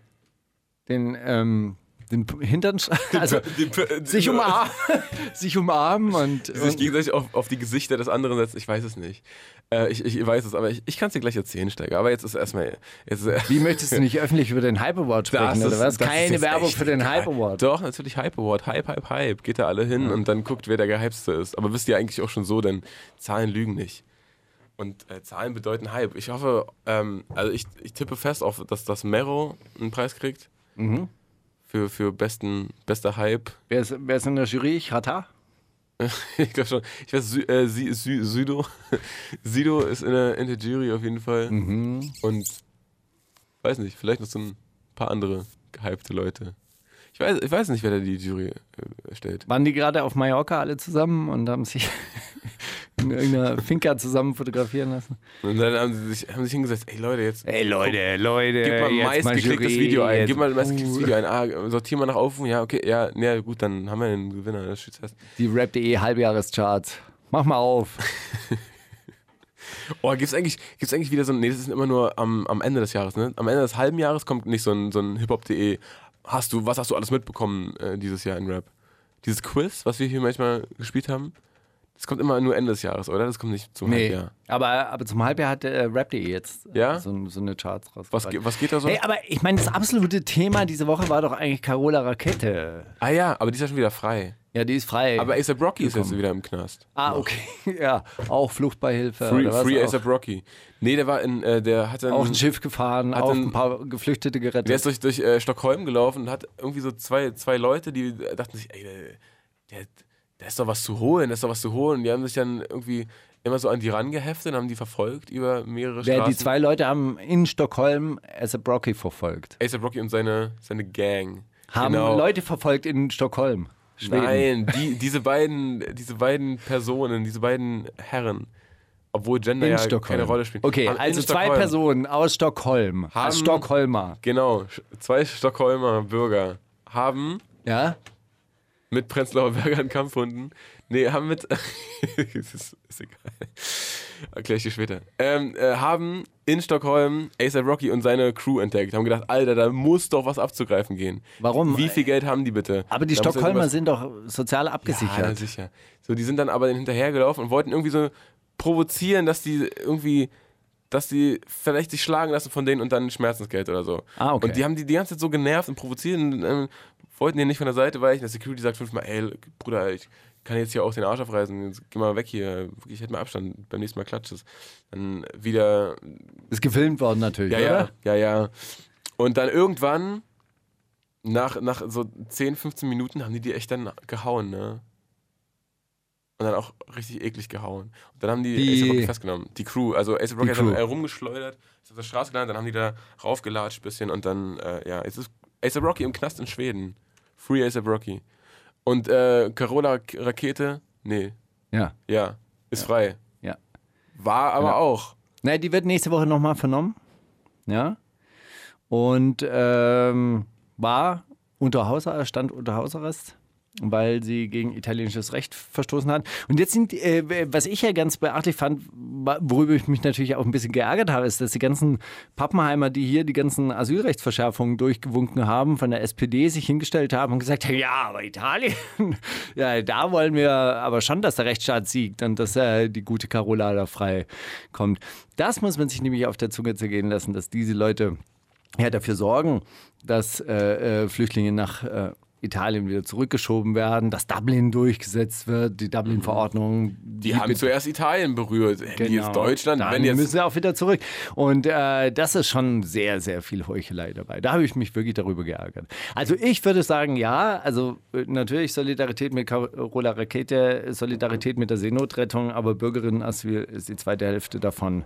den, ähm, den Hintern, sch- also Die- die- sich umarmen, sich umarmen und, Die sich und gegenseitig auf, auf die Gesichter des anderen setzen, ich weiß es nicht. Äh, ich, ich weiß es, aber ich, ich kann es dir gleich erzählen, Steiger. Aber jetzt ist erstmal... Jetzt, äh, wie möchtest du nicht öffentlich über den Hype Award sprechen, Das oder ist- was? das ist Keine jetzt Werbung echt für den egal. Hype Award. Doch, natürlich Hype Award. Hype, Hype, Hype. Geht da alle hin und dann guckt, wer der Gehypste ist. Aber wisst ihr eigentlich auch schon so, denn Zahlen lügen nicht. Und äh, Zahlen bedeuten Hype. Ich hoffe, ähm, also ich, ich tippe fest auf, dass das Mero einen Preis kriegt. Mhm. Für, für besten, bester Hype. Wer ist, wer ist in der Jury? Chata? Ich glaube schon. Ich weiß, Sü, äh, Sü, Sü, Südo. Sido ist in der, in der Jury auf jeden Fall. Mhm. Und weiß nicht, vielleicht noch so ein paar andere gehypte Leute. Ich weiß, ich weiß nicht, wer da die Jury äh, stellt. Waren die gerade auf Mallorca alle zusammen und haben sich in irgendeiner Finca zusammen fotografieren lassen? Und dann haben sie sich, haben sich hingesetzt, ey Leute, jetzt Ey Leute, Leute, gib mal jetzt meistgeklicktes Jury, Video ein. jetzt- Gib mal meistgeklicktes Uh. Video ein. Ah, sortier mal nach Aufruf. Ja, okay, ja, ja, gut, dann haben wir den Gewinner. Das steht fest. Die Rap punkt de Halbjahrescharts. Mach mal auf. Oh, gibt's eigentlich, gibt's eigentlich wieder so ein, nee, das ist immer nur am, am Ende des Jahres, ne? Am Ende des halben Jahres kommt nicht so ein, so ein hiphop punkt de, hast du, was hast du alles mitbekommen äh, dieses Jahr in Rap? Dieses Quiz, was wir hier manchmal gespielt haben? Das kommt immer nur Ende des Jahres, oder? Das kommt nicht zum Nee, Halbjahr. aber, aber zum Halbjahr hat äh, Rap punkt de jetzt äh, Ja? so, so eine Charts raus. Was, ge- was geht da so? Hey, aber ich meine, das absolute Thema diese Woche war doch eigentlich Carola Rakete. Ah ja, aber die ist ja schon wieder frei. Ja, die ist frei. Aber A$AP Rocky ist Gekommen. jetzt wieder im Knast. ah, okay. Ja, auch Fluchtbeihilfe. Free, oder was? free auch, A$AP Rocky. Nee, der war in, äh, der hat dann... auch ein Schiff gefahren, hat auch einen- ein paar Geflüchtete gerettet. Der ist durch, durch äh, Stockholm gelaufen und hat irgendwie so zwei, zwei Leute, die dachten sich, ey, der, der, der ist doch was zu holen, da ist doch was zu holen. Und die haben sich dann irgendwie immer so an die rangeheftet und haben die verfolgt über mehrere Wer, Straßen. die zwei Leute haben in Stockholm A$AP Rocky verfolgt. A$AP Rocky und seine, seine Gang. Haben Genau. Leute verfolgt in Stockholm. Schweden. Nein, die, diese, beiden, diese beiden Personen, diese beiden Herren, obwohl Gender In ja Stockholm. keine Rolle spielt. Okay, haben in also zwei Stockholm- Personen aus Stockholm, als Haben- Stockholmer. Genau, sch- zwei Stockholmer Bürger haben Ja? mit Prenzlauer Berger einen Kampfhunden. Nee, haben mit. ist, ist egal. Erkläre ich dir später. Ähm, äh, haben in Stockholm A$AP Rocky und seine Crew entdeckt. Haben gedacht, Alter, da muss doch was abzugreifen gehen. Warum? Wie viel Geld haben die bitte? Aber die Da muss Stockholmer irgendwas- sind doch sozial Ja, abgesichert. sicher. So, die sind dann aber hinterhergelaufen und wollten irgendwie so provozieren, dass die irgendwie, dass die vielleicht sich schlagen lassen von denen und dann Schmerzensgeld oder so. Ah, okay. Und die haben die die ganze Zeit so genervt und provoziert und ähm, wollten den nicht von der Seite weichen. Der Security sagt fünfmal, ey, Bruder, ich kann jetzt hier auch den Arsch aufreißen, jetzt geh mal weg hier, ich hätte mal Abstand, beim nächsten Mal klatscht es. Dann wieder, Ist gefilmt worden natürlich, ja, oder? ja, ja, ja. Und dann irgendwann, nach, nach so zehn, fünfzehn Minuten, haben die die echt dann gehauen, ne? Und dann auch richtig eklig gehauen. Und dann haben die, Die- A$AP Rocky festgenommen. Die Crew. Also A$AP Rocky hat Crew. dann äh, rumgeschleudert, ist auf der Straße gelandet, dann haben die da raufgelatscht ein bisschen und dann, äh, ja, jetzt ist A$AP Rocky im Knast in Schweden. Free A$AP Rocky. Und äh, Carola Rakete, nee, Ja. ja, ist frei. Ja. War aber Ja. auch. Na, die wird nächste Woche nochmal vernommen. Ja. Und ähm, war unter Hausarrest, stand unter Hausarrest, weil sie gegen italienisches Recht verstoßen hat. Und jetzt sind, äh, was ich ja ganz beachtlich fand, worüber ich mich natürlich auch ein bisschen geärgert habe, ist, dass die ganzen Pappenheimer, die hier die ganzen Asylrechtsverschärfungen durchgewunken haben, von der S P D sich hingestellt haben und gesagt haben, ja, aber Italien, ja, da wollen wir aber schon, dass der Rechtsstaat siegt und dass äh, die gute Carola da frei kommt. Das muss man sich nämlich auf der Zunge zergehen lassen, dass diese Leute ja dafür sorgen, dass äh, äh, Flüchtlinge nach äh, Italien wieder zurückgeschoben werden, dass Dublin durchgesetzt wird, die Dublin-Verordnung. Die haben zuerst Italien berührt. Hätten die jetzt Deutschland, Dann wenn jetzt. müssen sie auch wieder zurück. Und äh, das ist schon sehr, sehr viel Heuchelei dabei. Da habe ich mich wirklich darüber geärgert. Also ich würde sagen, ja, also äh, natürlich Solidarität mit Carola Rakete, Solidarität mit der Seenotrettung, aber Bürgerinnenasyl ist die zweite Hälfte davon.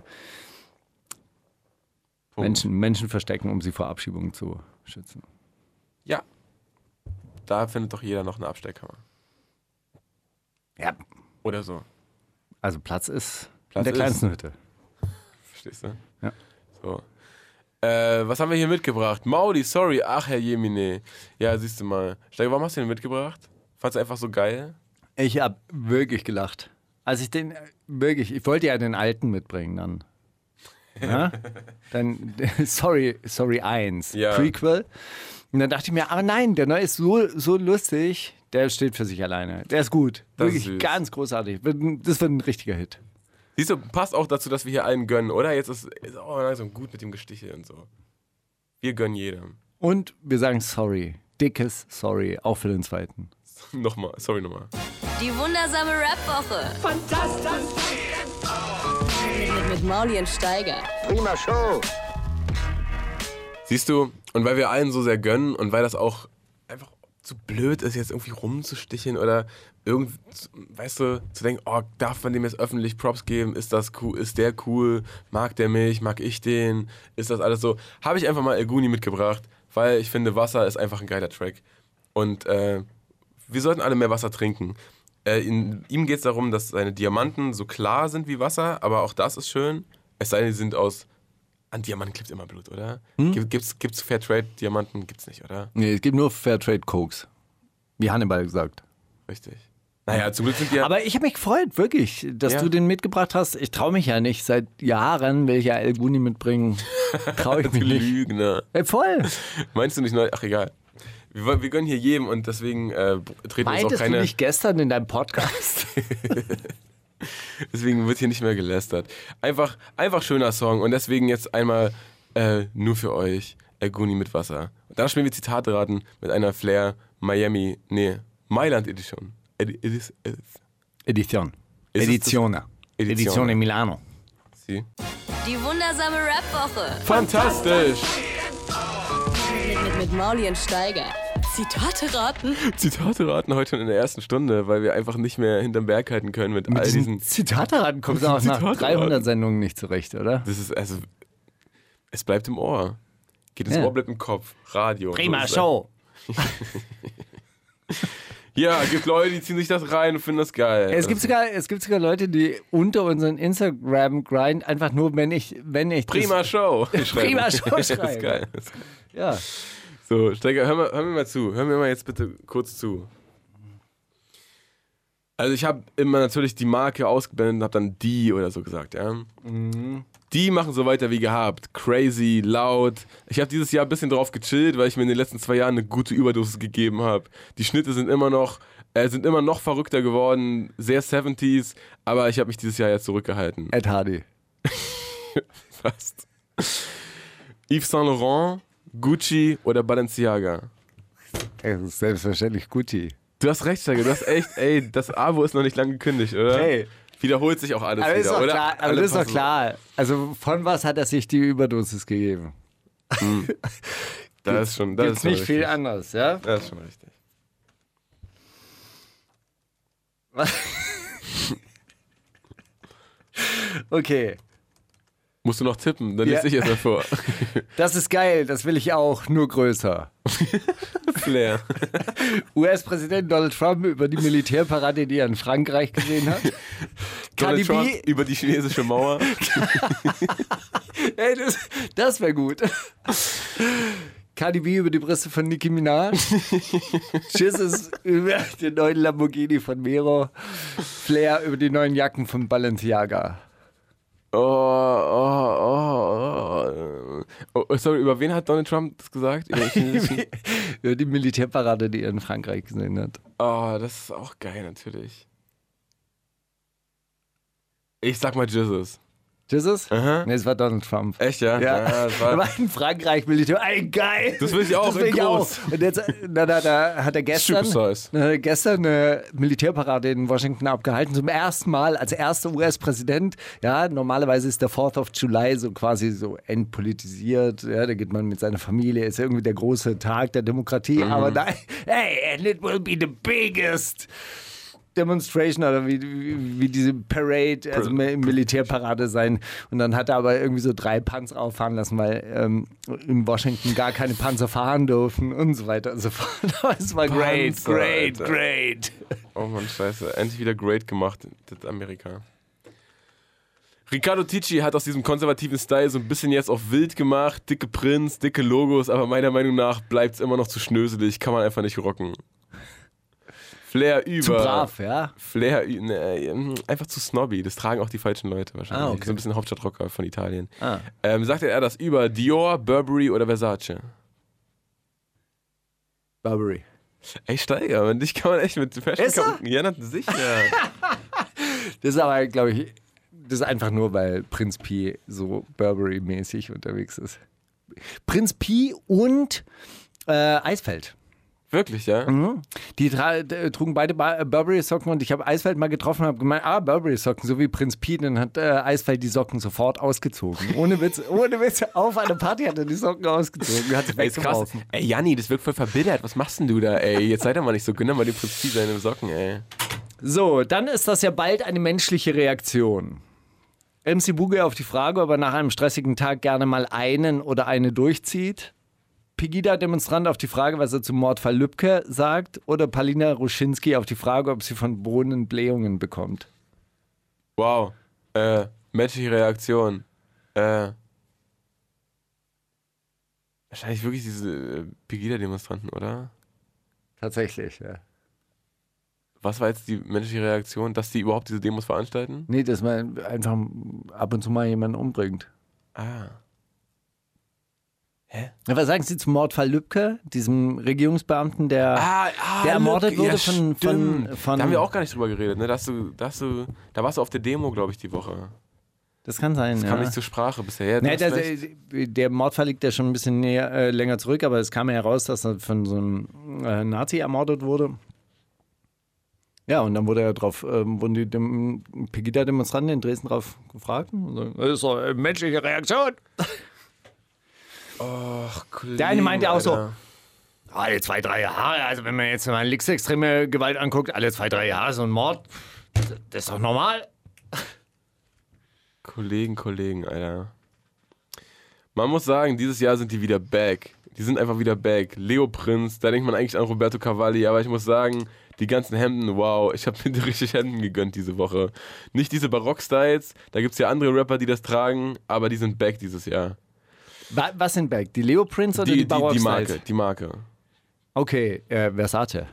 Punkt. Menschen, Menschen verstecken, um sie vor Abschiebungen zu schützen. Ja. Da findet doch jeder noch eine Abstellkammer. Ja, Oder so. also Platz ist Platz in der ist- kleinsten Hütte. Verstehst du? Ja. So. Äh, was haben wir hier mitgebracht? Maudi, sorry. Ach, Herr Jemine. Ja, siehst du mal. Steiger, warum hast du den mitgebracht? Fandst du einfach so geil? Ich habe wirklich gelacht. Als ich den, wirklich, ich wollte ja den alten mitbringen dann. Ja? Dann, sorry, sorry eins, Ja. Prequel. Und dann dachte ich mir, aber nein, der neue ist so, so lustig, der steht für sich alleine. Der ist gut. Das ist Wirklich süß. ganz großartig. Wird ein- Das wird ein richtiger Hit. Siehst du, passt auch dazu, dass wir hier einen gönnen, oder? Jetzt ist es auch langsam gut mit dem Gestichel und so. Wir gönnen jedem. Und wir sagen sorry. Dickes Sorry, auch für den zweiten. Nochmal, sorry nochmal. Die wundersame Rap-Woche. Fantastisch. Mit, mit Mauli und Steiger. Prima Show. Siehst du, und weil wir allen so sehr gönnen und weil das auch einfach zu blöd ist, jetzt irgendwie rumzusticheln oder irgend, weißt du, zu denken, oh, darf man dem jetzt öffentlich Props geben? Ist das cool? Ist der cool? Mag der mich? Mag ich den? Ist das alles so? Habe ich einfach mal El Guni mitgebracht, weil ich finde, Wasser ist einfach ein geiler Track. Und äh, wir sollten alle mehr Wasser trinken. Äh, in, ihm geht es darum, dass seine Diamanten so klar sind wie Wasser, aber auch das ist schön. Es sei denn, sie sind aus... An Diamanten klebt immer Blut, oder? Hm? Gibt, gibt's, gibt's Fairtrade-Diamanten? Gibt's nicht, oder? Nee, es gibt nur Fairtrade Cokes. Wie Hannibal gesagt. Richtig. Naja, zum Glück sind die ja... Aber ich habe mich gefreut, wirklich, dass Ja. du den mitgebracht hast. Ich traue mich ja nicht. Seit Jahren will ich ja El Guni mitbringen. Traue ich du mich nicht. Lügner. Ey, voll. Meinst du nicht neu? Ach, egal. Wir, wir gönnen hier jedem und deswegen äh, treten Meintest uns auch keine... du nicht gestern in deinem Podcast? Deswegen wird hier nicht mehr gelästert. Einfach, einfach schöner Song und deswegen jetzt einmal äh, nur für euch El Guni mit Wasser. Und dann spielen wir Zitate raten mit einer Flair Miami, nee, Mailand Edition. Edi, Edis, Edis. Edition. Ist es Edizione. Edizione. Edizione Milano. Sie. Die wundersame Rap-Woche. Fantastisch! Mit, mit, mit Mauli und Steiger. Zitate raten. Zitate raten heute schon in der ersten Stunde, weil wir einfach nicht mehr hinterm Berg halten können mit, Mit all diesen diesen... Zitate-Raten kommst du auch nach Zitate-Raten. dreihundert Sendungen nicht zurecht, oder? Das ist, also, es bleibt im Ohr. Geht ins Ja. Ohr, bleibt im Kopf. Radio. Prima So ist Show. es. Ja, gibt Leute, die ziehen sich das rein und finden das geil. Es gibt, sogar, es gibt sogar Leute, die unter unseren Instagram-Grind einfach nur, wenn ich, wenn ich das- Prima Show. Prima Show Das ist schreiben. geil. Das ist geil. Ja. So, Steiger, hör, mal, hör mir mal zu. Hör mir mal jetzt bitte kurz zu. Also ich habe immer natürlich die Marke ausgeblendet und habe dann die oder so gesagt, ja. Mhm. Die machen so weiter wie gehabt. Crazy, laut. Ich habe dieses Jahr ein bisschen drauf gechillt, weil ich mir in den letzten zwei Jahren eine gute Überdosis gegeben habe. Die Schnitte sind immer noch, äh, sind immer noch verrückter geworden, sehr siebziger, aber ich habe mich dieses Jahr jetzt zurückgehalten. Ed Hardy. Fast. Yves Saint Laurent, Gucci oder Balenciaga? Das ist selbstverständlich Gucci. Du hast recht, Steiger, du hast echt, ey, das Abo ist noch nicht lang gekündigt, oder? Hey. Wiederholt sich auch alles Aber, wieder, ist doch oder? klar, aber Alle das ist doch passen- klar. Also von was hat er sich die Überdosis gegeben? Das ist schon, das Gibt's ist schon nicht richtig. viel anders, ja? Das ist schon richtig. Okay. Musst du noch tippen, dann Ja. lese ich jetzt mal vor. Das ist geil, das will ich auch, nur größer. Flair. U S-Präsident Donald Trump über die Militärparade, die er in Frankreich gesehen hat. Cardi Donald Trump B, über die chinesische Mauer. ey, das, das wäre gut. Cardi B über die Brüste von Nicki Minaj. Jesus über den neuen Lamborghini von Mero. Flair über die neuen Jacken von Balenciaga. Oh, oh, oh, oh. oh. Sorry, über wen hat Donald Trump das gesagt? Über den chinesischen? Über die Militärparade, die er in Frankreich gesehen hat. Oh, das ist auch geil, natürlich. Ich sag mal Jesus. Jesus? Aha. Ne, es war Donald Trump. Echt, ja? Ja, das er war, war in Frankreich Militär. Ey, geil! Das will ich auch, Das will in ich groß. auch. Und jetzt, da, da, da hat er gestern, Supersize. da hat er gestern eine Militärparade in Washington abgehalten. Zum ersten Mal als erster U S-Präsident. Ja, normalerweise ist der Fourth of July so quasi so entpolitisiert. Ja, da geht man mit seiner Familie. Ist irgendwie der große Tag der Demokratie. Mhm. Aber nein, hey, and it will be the biggest Demonstration oder wie, wie, wie diese Parade, also Mi- Militärparade sein. Und dann hat er aber irgendwie so drei Panzer auffahren lassen, weil ähm, in Washington gar keine Panzer fahren dürfen und so weiter und so fort. Aber es war great, Panzer, great, Alter. great. Oh Mann, scheiße. Endlich wieder great gemacht, das Amerika. Riccardo Ticci hat aus diesem konservativen Style so ein bisschen jetzt auf wild gemacht. Dicke Prints, dicke Logos, aber meiner Meinung nach bleibt es immer noch zu schnöselig. Kann man einfach nicht rocken. Flair über. Zu brav, ja. Flair, ü- ne, einfach zu snobby. Das tragen auch die falschen Leute wahrscheinlich. Ah, okay. So ein bisschen Hauptstadtrocker von Italien. Ah. Ähm, sagt er das über Dior, Burberry oder Versace? Burberry. Ey, Steiger, man, dich kann man echt mit Fashion Ist er? kaufen. Ja, na, sicher. Das ist aber, glaube ich, das ist einfach nur, weil Prinz Pi so Burberry-mäßig unterwegs ist. Prinz Pi und äh, Eisfeld. Wirklich, ja? Die tra- d- trugen beide ba- Burberry-Socken und ich habe Eisfeld mal getroffen und habe gemeint, ah, Burberry-Socken, so wie Prinz Pi. Dann hat äh, Eisfeld die Socken sofort ausgezogen. Ohne Witz, ohne Witz, auf einer Party hat er die Socken ausgezogen. Hat sie Ey, ist krass. weggeworfen. Ey, Janni, das wirkt voll verbittert. Was machst denn du da, ey? Jetzt seid doch mal nicht so, gönn doch mal die Prinz Pi seine Socken, ey. So, dann ist das ja bald eine menschliche Reaktion. M C Boogie auf die Frage, ob er nach einem stressigen Tag gerne mal einen oder eine durchzieht. Pegida-Demonstrant auf die Frage, was er zum Mordfall Lübcke sagt. Oder Paulina Ruschinski auf die Frage, ob sie von Bohnen Blähungen bekommt. Wow. Äh, menschliche Reaktion. Äh. Wahrscheinlich wirklich diese äh, Pegida-Demonstranten, oder? Tatsächlich, ja. Was war jetzt die menschliche Reaktion, dass die überhaupt diese Demos veranstalten? Nee, dass man einfach ab und zu mal jemanden umbringt. Ah. Hä? Was sagen Sie zum Mordfall Lübcke, diesem Regierungsbeamten, der, Ah, ah, der ermordet Lübcke, wurde ja, von, von, stimmt. von... Da haben wir auch gar nicht drüber geredet, ne? Da, hast du, da, hast du, da warst du auf der Demo, glaube ich, die Woche. Das kann sein, Das ja. kam nicht zur Sprache bisher. Ja, du Nee, hast der, recht. der, der Mordfall liegt ja schon ein bisschen näher, äh, länger zurück, aber es kam ja heraus, dass er von so einem äh, Nazi ermordet wurde. Ja, und dann wurde er drauf, ähm, wurden die Dem Pegida-Demonstranten in Dresden drauf gefragt. Und so, das ist doch eine menschliche Reaktion. Och, Kollegen, Der eine meinte auch so, Alter. alle zwei, drei Jahre, also wenn man jetzt mal linksextreme Gewalt anguckt, alle zwei, drei Jahre so ein Mord, das ist doch normal. Kollegen, Kollegen, Alter. Man muss sagen, dieses Jahr sind die wieder back. Die sind einfach wieder back. Leo Prinz, da denkt man eigentlich an Roberto Cavalli, aber ich muss sagen, die ganzen Hemden, wow, ich habe mir richtig Hemden gegönnt diese Woche. Nicht diese Barock-Styles, da gibt es ja andere Rapper, die das tragen, aber die sind back dieses Jahr. Wa- Was sind back? Die Leo Prince oder die, Die, die, Barock die Styles? Marke, die Marke. Okay, äh, Versace.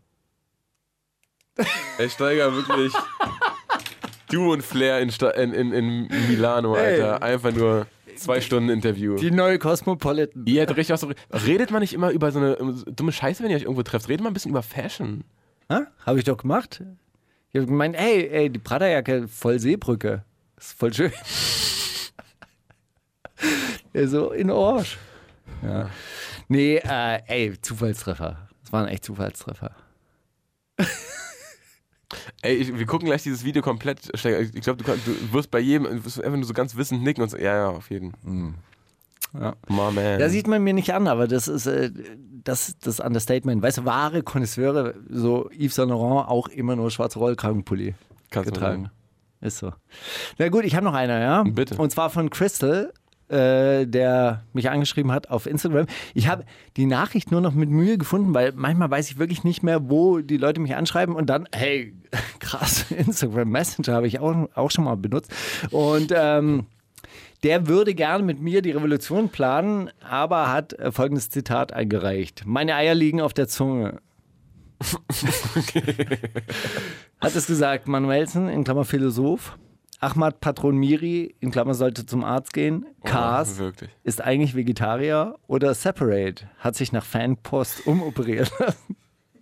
Ey, Steiger, wirklich. Du und Flair in, Sta- in, in, in Milano, Alter. Einfach nur zwei Stunden Interview. Die neue Cosmopolitan. Ihr habt richtig was so. Redet man nicht immer über so eine dumme Scheiße, wenn ihr euch irgendwo trefft? Redet mal ein bisschen über Fashion. Ha? Habe ich doch gemacht. Ich habe gemeint, ey, ey, die Prada-Jacke voll Seebrücke. Ist voll schön. Ja, so in Orange. Ja. Nee, äh, ey, Zufallstreffer. Das waren echt Zufallstreffer. Ey, ich, wir gucken gleich dieses Video komplett. Steiger. Ich glaube, du, du wirst bei jedem du wirst einfach nur so ganz wissend nicken und so. Ja, ja, auf jeden. Mhm. Ja. My man. Da sieht man mir nicht an, aber das ist äh, das, das Understatement. Weißt du, wahre Connoisseure, so Yves Saint Laurent, auch immer nur schwarze Rollkragenpulli Kannst du getragen. sagen. Ist so. Na gut, ich habe noch einer, ja? Bitte. Und zwar von Crystal, äh, der mich angeschrieben hat auf Instagram. Ich habe die Nachricht nur noch mit Mühe gefunden, weil manchmal weiß ich wirklich nicht mehr, wo die Leute mich anschreiben und dann, hey, krass, Instagram Messenger habe ich auch, auch schon mal benutzt. Und ähm, der würde gerne mit mir die Revolution planen, aber hat äh, folgendes Zitat eingereicht. Meine Eier liegen auf der Zunge. Hat es gesagt, Manuelsen, in Klammer Philosoph, Ahmad Patron Miri, in Klammer sollte zum Arzt gehen, Kars, Oh, wirklich. ist eigentlich Vegetarier oder Separate, hat sich nach Fanpost umoperiert lassen.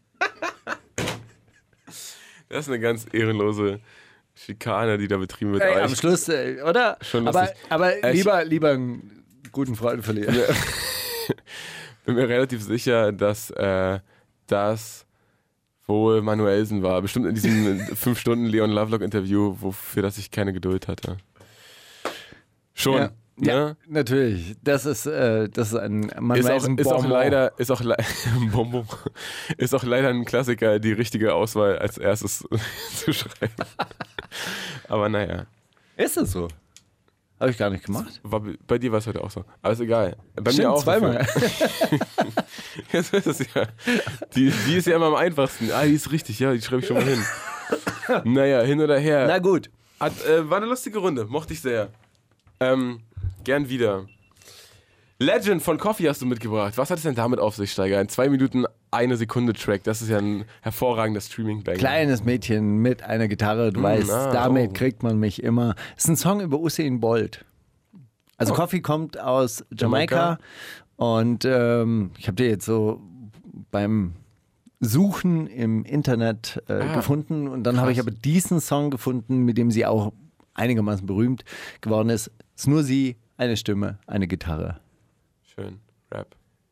Das ist eine ganz ehrenlose Schikane, die da betrieben wird. Ey, Aber am ich- Schluss, äh, oder? Schon aber lustig. aber Äh, ich- lieber, lieber einen guten Freund verlieren. bin mir relativ sicher, dass äh, das wohl Manuelsen war. Bestimmt in diesem fünf Stunden Leon Lovelock-Interview, wofür das ich keine Geduld hatte. Schon. Ja. Ja, Ne? natürlich. Das ist, äh, das ist ein Ist auch, Manuelsen ist auch Bonbon. leider, ist auch, le- Bonbon. ist auch leider ein Klassiker, die richtige Auswahl als erstes zu schreiben. Aber naja, Ist es so? Habe ich gar nicht gemacht. war, bei dir war es heute auch so. Aber ist egal. Bei Stimmt, mir auch. zweimal. Jetzt ist es ja. Die, die ist ja immer am einfachsten. Ah, die ist richtig, ja, die schreibe ich schon mal hin. Naja, hin oder her. Na gut. Hat, äh, war eine lustige Runde, mochte ich sehr. Ähm, gern wieder. Legend von Coffee hast du mitgebracht. Was hat es denn damit auf sich, Steiger? Ein zwei Minuten, eine Sekunde Track. Das ist ja ein hervorragender Streaming-Banger. Kleines Mädchen mit einer Gitarre, du weißt, ah, damit oh. kriegt man mich immer. Es ist ein Song über Usain Bolt. Also Oh. Coffee kommt aus Jamaika, Jamaika. und ähm, ich habe die jetzt so beim Suchen im Internet äh, Ah, gefunden und dann habe ich krass. aber diesen Song gefunden, mit dem sie auch einigermaßen berühmt geworden ist. Es ist nur sie, eine Stimme, eine Gitarre. Schön. Rap.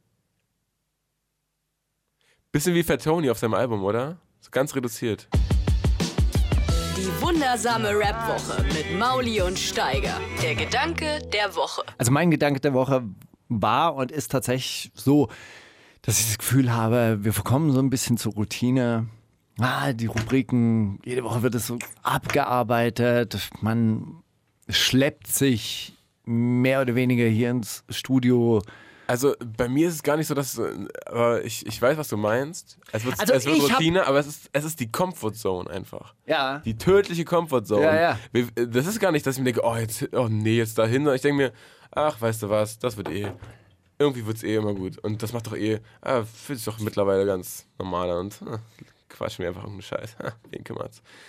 Bisschen wie Fat Tony auf seinem Album, oder? So ganz reduziert. Die wundersame Rap-Woche mit Mauli und Steiger. Der Gedanke der Woche. Also mein Gedanke der Woche war und ist tatsächlich so, dass ich das Gefühl habe, wir verkommen so ein bisschen zur Routine. Ah, die Rubriken, jede Woche wird es so abgearbeitet. Man schleppt sich mehr oder weniger hier ins Studio. Also bei mir ist es gar nicht so, dass äh, aber ich, ich weiß, was du meinst. Es wird, Also es wird ich hab- Routine, aber es ist, es ist die Comfort Zone einfach. Ja. Die tödliche Comfort Zone. Ja, ja. Wir- Das ist gar nicht, dass ich mir denke, oh, jetzt, oh nee, jetzt dahin. Sondern ich denke mir, ach, weißt du was, das wird eh. Irgendwie wird es eh immer gut. Und das macht doch eh, ah, fühlt sich doch mittlerweile ganz normal an. Und ah, quatsch mir einfach irgendeinen Scheiß. Ha, wen kümmert's?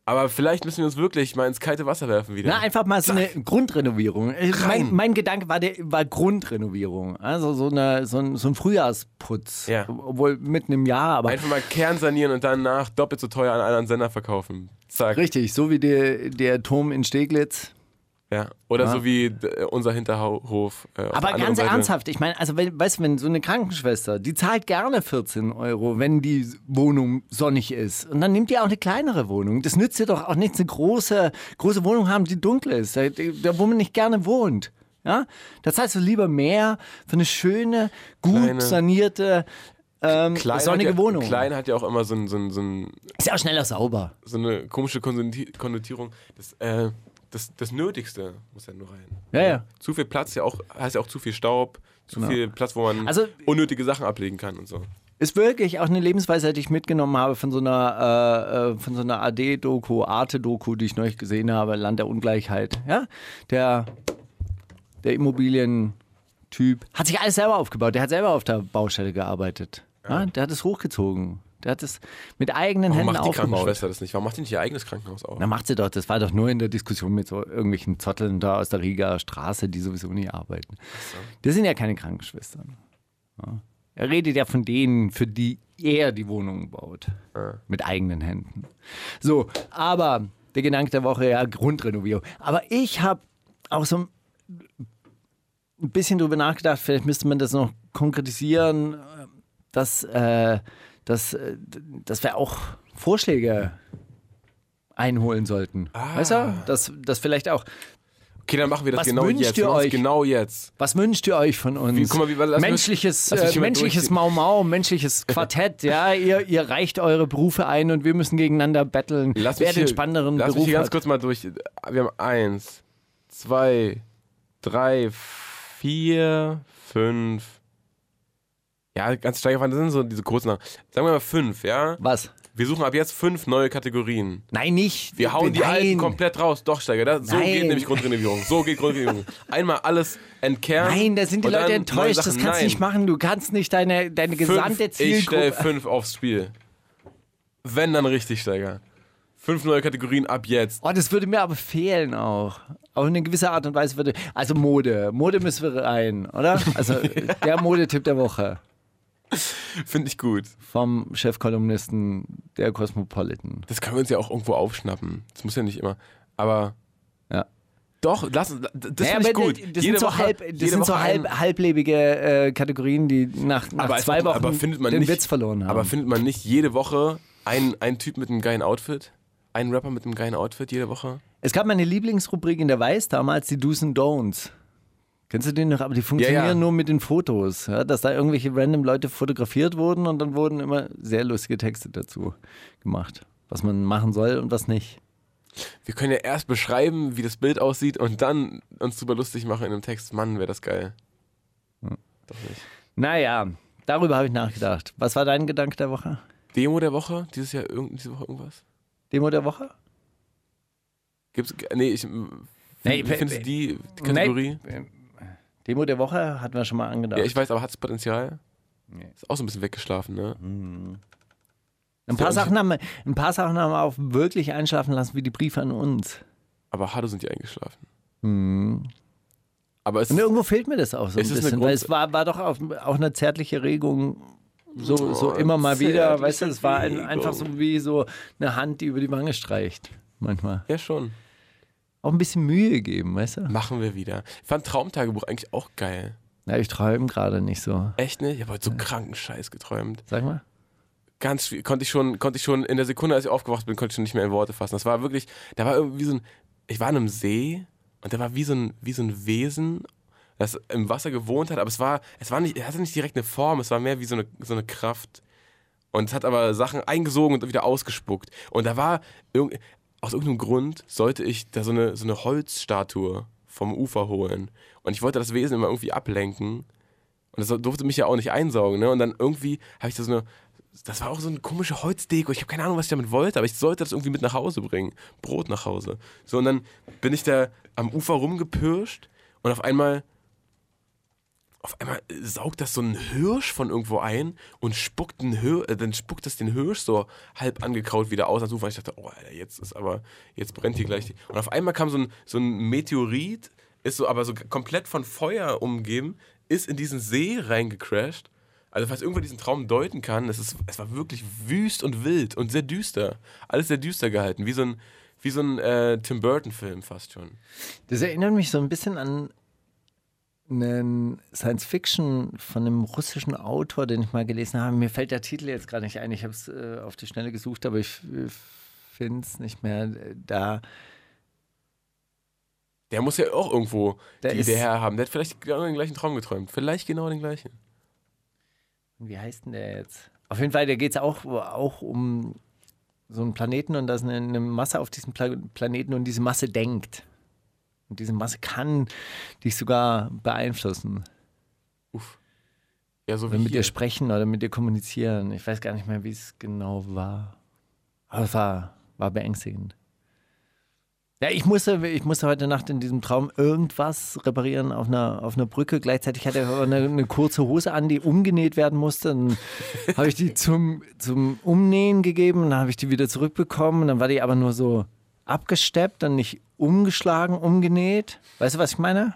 Aber vielleicht müssen wir uns wirklich mal ins kalte Wasser werfen wieder. Na, einfach mal so eine Grundrenovierung. Mein, mein Gedanke war, der, war Grundrenovierung. Also so, eine, so, ein, so ein Frühjahrsputz. Ja. Obwohl mitten im Jahr, aber. Einfach mal Kern sanieren und danach doppelt so teuer an einen anderen Sender verkaufen. Zack. Richtig, so wie der, der Turm in Steglitz. Ja. Oder Ja. so wie äh, unser Hinterhof. Äh, auf der Aber anderen ganz Seite. ernsthaft, ich meine, also wenn, weißt du, wenn so eine Krankenschwester, die zahlt gerne vierzehn Euro, wenn die Wohnung sonnig ist. Und dann nimmt die auch eine kleinere Wohnung. Das nützt dir doch auch nichts, eine große, große Wohnung haben, die dunkel ist, da, da wo man nicht gerne wohnt. Ja? Da zahlst du lieber mehr für eine schöne, gut Kleine. sanierte, ähm, Klein sonnige hat ja, Wohnung. Klein hat ja auch immer so, ein, so, ein, so, ein, Ist ja auch schneller sauber. so eine komische Konnoti- Konnotierung. Das, äh, das, das Nötigste muss ja nur rein. Ja, ja. Zu viel Platz ja auch, heißt ja auch zu viel Staub, zu Genau. viel Platz, wo man Also- unnötige Sachen ablegen kann und so. Ist wirklich auch eine Lebensweise, die ich mitgenommen habe von so einer, äh, von so einer A D-Doku, Arte-Doku, die ich neulich gesehen habe, Land der Ungleichheit. Ja? Der, der Immobilientyp hat sich alles selber aufgebaut. Der hat selber auf der Baustelle gearbeitet. Ja? Der hat es hochgezogen. Der hat es mit eigenen Warum Händen macht die aufgebaut. Krankenschwester das nicht? Warum macht die nicht ihr eigenes Krankenhaus auf? Na, macht sie doch. Das war doch nur in der Diskussion mit so irgendwelchen Zotteln da aus der Rieger Straße, die sowieso nicht arbeiten. Das sind ja keine Krankenschwestern. Ja. Er redet ja von denen, für die er die Wohnungen baut. Ja. Mit eigenen Händen. So, aber der Gedanke der Woche, ja, Grundrenovierung. Aber ich habe auch so ein bisschen drüber nachgedacht, vielleicht müsste man das noch konkretisieren, dass, äh, dass, äh, dass wir auch Vorschläge einholen sollten. Ah. Weißt du? Dass, dass vielleicht auch, Okay, dann machen wir das Was genau wünscht jetzt. ihr Wir machen's euch? Genau jetzt. was wünscht ihr euch von uns? Wie, guck mal, wie- lass mich- menschliches lass mich äh, hier mal menschliches durchziehen. Mau-Mau, menschliches Quartett. Ja, ihr, ihr reicht eure Berufe ein und wir müssen gegeneinander betteln. Lass wer mich den hier, spannenderen lass mich Beruf hier ganz hat. kurz mal durch. Wir haben eins, zwei, drei, vier, fünf. Ja, ganz steigend, das sind so diese kurzen Namen. Sagen wir mal fünf, ja? Was? Wir suchen ab jetzt fünf neue Kategorien. Nein, nicht. Wir hauen die Nein. alten komplett raus. Doch, Steiger, das, so Nein. geht nämlich Grundrenovierung. So geht Grundrenovierung. Einmal alles entkernen. Nein, da sind die und Leute dann enttäuscht. neue Das Sachen. kannst du Nein. nicht machen. Du kannst nicht deine, deine gesamte Fünf, ich stelle Zielgruppe. fünf aufs Spiel. Wenn, dann richtig, Steiger. Fünf neue Kategorien ab jetzt. Oh, das würde mir aber fehlen auch. Auf eine gewisse Art und Weise würde. Also Mode. Mode müssen wir rein, oder? Also der Modetipp der Woche. Finde ich gut. Vom Chefkolumnisten der Cosmopolitan. Das können wir uns ja auch irgendwo aufschnappen. Das muss ja nicht immer. Aber Ja. doch, lass uns. Das Naja, finde ich aber gut. Das Jede sind so, Woche- halb, jede das sind so Woche halb, ein- halblebige äh, Kategorien, die nach, nach aber zwei einfach- Wochen aber findet man den nicht, Witz verloren haben. Aber findet man nicht jede Woche einen, einen Typ mit einem geilen Outfit? Einen Rapper mit einem geilen Outfit jede Woche? Es gab meine Lieblingsrubrik in der Weiß damals, die Do's and Don'ts. Kennst du den noch? Aber die funktionieren Ja, ja. nur mit den Fotos. Ja, dass da irgendwelche random Leute fotografiert wurden und dann wurden immer sehr lustige Texte dazu gemacht. Was man machen soll und was nicht. Wir können ja erst beschreiben, wie das Bild aussieht und dann uns drüber lustig machen in einem Text. Mann, wäre das geil. Doch nicht. Naja, darüber habe ich nachgedacht. Was war dein Gedanke der Woche? Demo der Woche? Dieses Jahr irgend, diese Woche irgendwas? Demo der Woche? Gibt's. Nee, ich. Wie Nee, findest du die, die Kategorie? Nee, Demo der Woche hatten wir schon mal angedacht. Ja, ich weiß, aber hat es Potenzial? Nee. Ist auch so ein bisschen weggeschlafen, ne? ein, paar Sachen haben, wir- ein paar Sachen haben wir auch wirklich einschlafen lassen, wie die Briefe an uns. Aber Hado sind die eingeschlafen. Aber es Und irgendwo fehlt mir das auch so ein Es ist eine bisschen, weil Grund- es war, war doch auch, auch eine zärtliche Regung, so, so Oh, immer mal wieder, zärtliche weißt du, es war ein, Regung. einfach so wie so eine Hand, die über die Wange streicht, manchmal. Ja, schon. Auch ein bisschen Mühe geben, weißt du? Machen wir wieder. Ich fand Traumtagebuch eigentlich auch geil. Ja, ich träume gerade nicht so. Echt nicht? Ich habe heute so kranken Scheiß geträumt. Sag mal. Ganz schwierig. Konnte ich schon, konnte ich schon in der Sekunde, als ich aufgewacht bin, konnte ich schon nicht mehr in Worte fassen. Das war wirklich, da war irgendwie so ein, ich war an einem See und da war wie so ein, wie so ein Wesen, das im Wasser gewohnt hat, aber es war, es war nicht, es hatte nicht direkt eine Form, es war mehr wie so eine, so eine Kraft. Und es hat aber Sachen eingesogen und wieder ausgespuckt. Und da war, irg- aus irgendeinem Grund sollte ich da so eine, so eine Holzstatue vom Ufer holen. Und ich wollte das Wesen immer irgendwie ablenken. Und das durfte mich ja auch nicht einsaugen. Ne? Und dann irgendwie habe ich da so eine, das war auch so eine komische Holzdeko. Ich habe keine Ahnung, was ich damit wollte, aber ich sollte das irgendwie mit nach Hause bringen. Brot nach Hause. So, und dann bin ich da am Ufer rumgepirscht und auf einmal, auf einmal saugt das so ein Hirsch von irgendwo ein und spuckt einen Hir- äh, dann spuckt das den Hirsch so halb angekaut wieder aus. Also, weil ich dachte, oh, Alter, jetzt ist aber, jetzt brennt hier gleich die. Und auf einmal kam so ein, so ein Meteorit, ist so aber so komplett von Feuer umgeben, ist in diesen See reingecrashed. Also, falls irgendwer diesen Traum deuten kann, es, ist, es war wirklich wüst und wild und sehr düster. Alles sehr düster gehalten, wie so ein, wie so ein äh, Tim Burton-Film fast schon. Das erinnert mich so ein bisschen an einen Science-Fiction von einem russischen Autor, den ich mal gelesen habe. Mir fällt der Titel jetzt gerade nicht ein. Ich habe es äh, auf die Schnelle gesucht, aber ich äh, finde es nicht mehr da. Der muss ja auch irgendwo Der die ist- Idee her haben. Der hat vielleicht genau den gleichen Traum geträumt. Vielleicht genau den gleichen. Wie heißt denn der jetzt? Auf jeden Fall, da geht es auch, auch um so einen Planeten und da ist eine, eine Masse auf diesem Pla- Planeten und diese Masse denkt. Und diese Masse kann dich sogar beeinflussen. Uff. Ja, so wie Oder mit hier. dir sprechen oder mit dir kommunizieren. Ich weiß gar nicht mehr, wie es genau war. Aber es war, war beängstigend. Ja, ich musste, ich musste heute Nacht in diesem Traum irgendwas reparieren auf einer, auf einer Brücke. Gleichzeitig hatte ich aber eine, eine kurze Hose an, die umgenäht werden musste. Dann habe ich die zum, zum Umnähen gegeben und dann habe ich die wieder zurückbekommen. Und dann war die aber nur so abgesteppt, dann nicht umgeschlagen, umgenäht. Weißt du, was ich meine?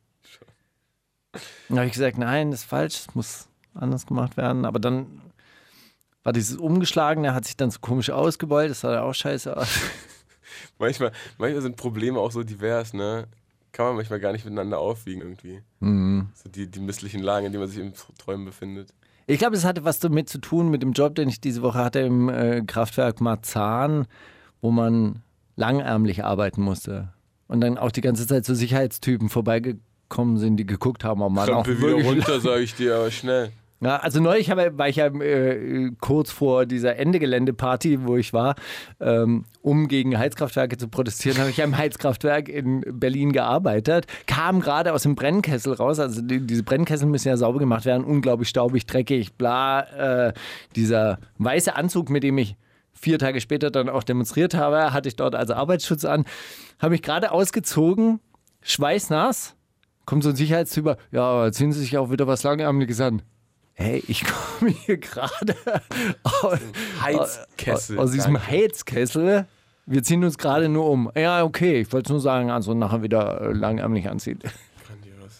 Dann habe ich gesagt, nein, das ist falsch, das muss anders gemacht werden. Aber dann war dieses Umgeschlagene, hat sich dann so komisch ausgebeult, das sah ja auch scheiße aus. Manchmal, manchmal sind Probleme auch so divers, ne? Kann man manchmal gar nicht miteinander aufwiegen irgendwie. Mhm. So die, die misslichen Lagen, in denen man sich im Träumen befindet. Ich glaube, es hatte was damit zu tun mit dem Job, den ich diese Woche hatte im äh, Kraftwerk Marzahn, wo man langärmlich arbeiten musste. Und dann auch die ganze Zeit so Sicherheitstypen vorbeigekommen sind, die geguckt haben, ob man auch Krempel wieder wirklich... runter, sage ich dir, aber schnell. Ja, also neulich habe, war ich ja äh, kurz vor dieser Ende-Gelände-Party, wo ich war, ähm, um gegen Heizkraftwerke zu protestieren, habe ich ja im Heizkraftwerk in Berlin gearbeitet, kam gerade aus dem Brennkessel raus, also die, diese Brennkessel müssen ja sauber gemacht werden, unglaublich staubig, dreckig, bla. Äh, dieser weiße Anzug, mit dem ich vier Tage später dann auch demonstriert habe, hatte ich dort also Arbeitsschutz an, habe mich gerade ausgezogen, schweißnass, kommt so ein Sicherheitstyp, ja, ziehen Sie sich auch wieder was Langärmeliges an. Hey, ich komme hier gerade aus, Heizkessel. aus diesem Danke. Heizkessel. Wir ziehen uns gerade nur um. Ja, okay, ich wollte es nur sagen, also nachher wieder äh, langärmlich anziehen. Grandios.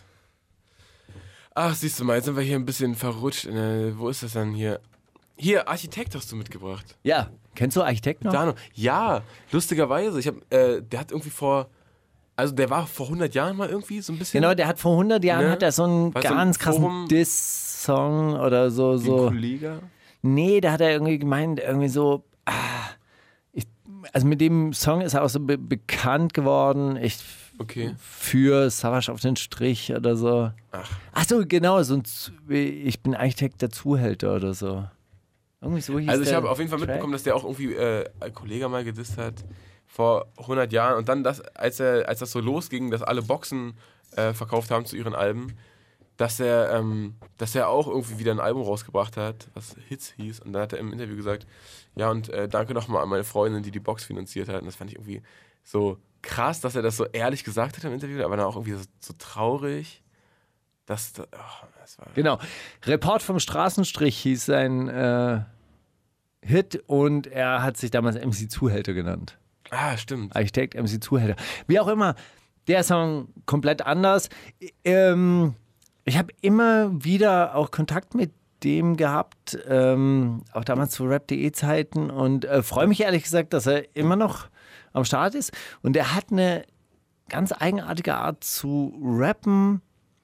Ach, siehst du mal, jetzt sind wir hier ein bisschen verrutscht. In der, wo ist das dann hier? Hier, Architekt hast du mitgebracht. Ja, kennst du Architekt noch? Dano. Ja, lustigerweise. Ich hab, äh, der hat irgendwie vor, also der war vor hundert Jahren mal irgendwie so ein bisschen. Genau, der hat vor hundert Jahren Ne? hat er so einen Weißt du, ganz krassen Forum- Diss-Song oder so. Wie ein so. Kollege. Nee, da hat er irgendwie gemeint, irgendwie so, ah, ich, also mit dem Song ist er auch so be bekannt geworden. Ich Okay. für Savage auf den Strich oder so. Ach. Ach so, genau, so ein, Z- ich bin Architekt der Zuhälter oder so. Irgendwie so hieß Also ich der habe auf jeden Fall Track. mitbekommen, dass der auch irgendwie äh, ein Kollege mal gedisst hat vor hundert Jahren und dann, das, als, er, als das so losging, dass alle Boxen äh, verkauft haben zu ihren Alben, dass er, ähm, dass er auch irgendwie wieder ein Album rausgebracht hat, was Hits hieß, und dann hat er im Interview gesagt, ja, und äh, danke nochmal an meine Freundin, die die Box finanziert hat, und das fand ich irgendwie so krass, dass er das so ehrlich gesagt hat im Interview, aber dann auch irgendwie so, so traurig, dass, oh, das war... Genau. Report vom Straßenstrich hieß sein äh, Hit und er hat sich damals M C Zuhälter genannt. Ah, stimmt. Architekt, M C Zuhälter. Wie auch immer, der Song komplett anders. Ähm, ich habe immer wieder auch Kontakt mit dem gehabt, ähm, auch damals zu rap punkt de Zeiten und äh, freue mich ehrlich gesagt, dass er immer noch am Start ist. Und er hat eine ganz eigenartige Art zu rappen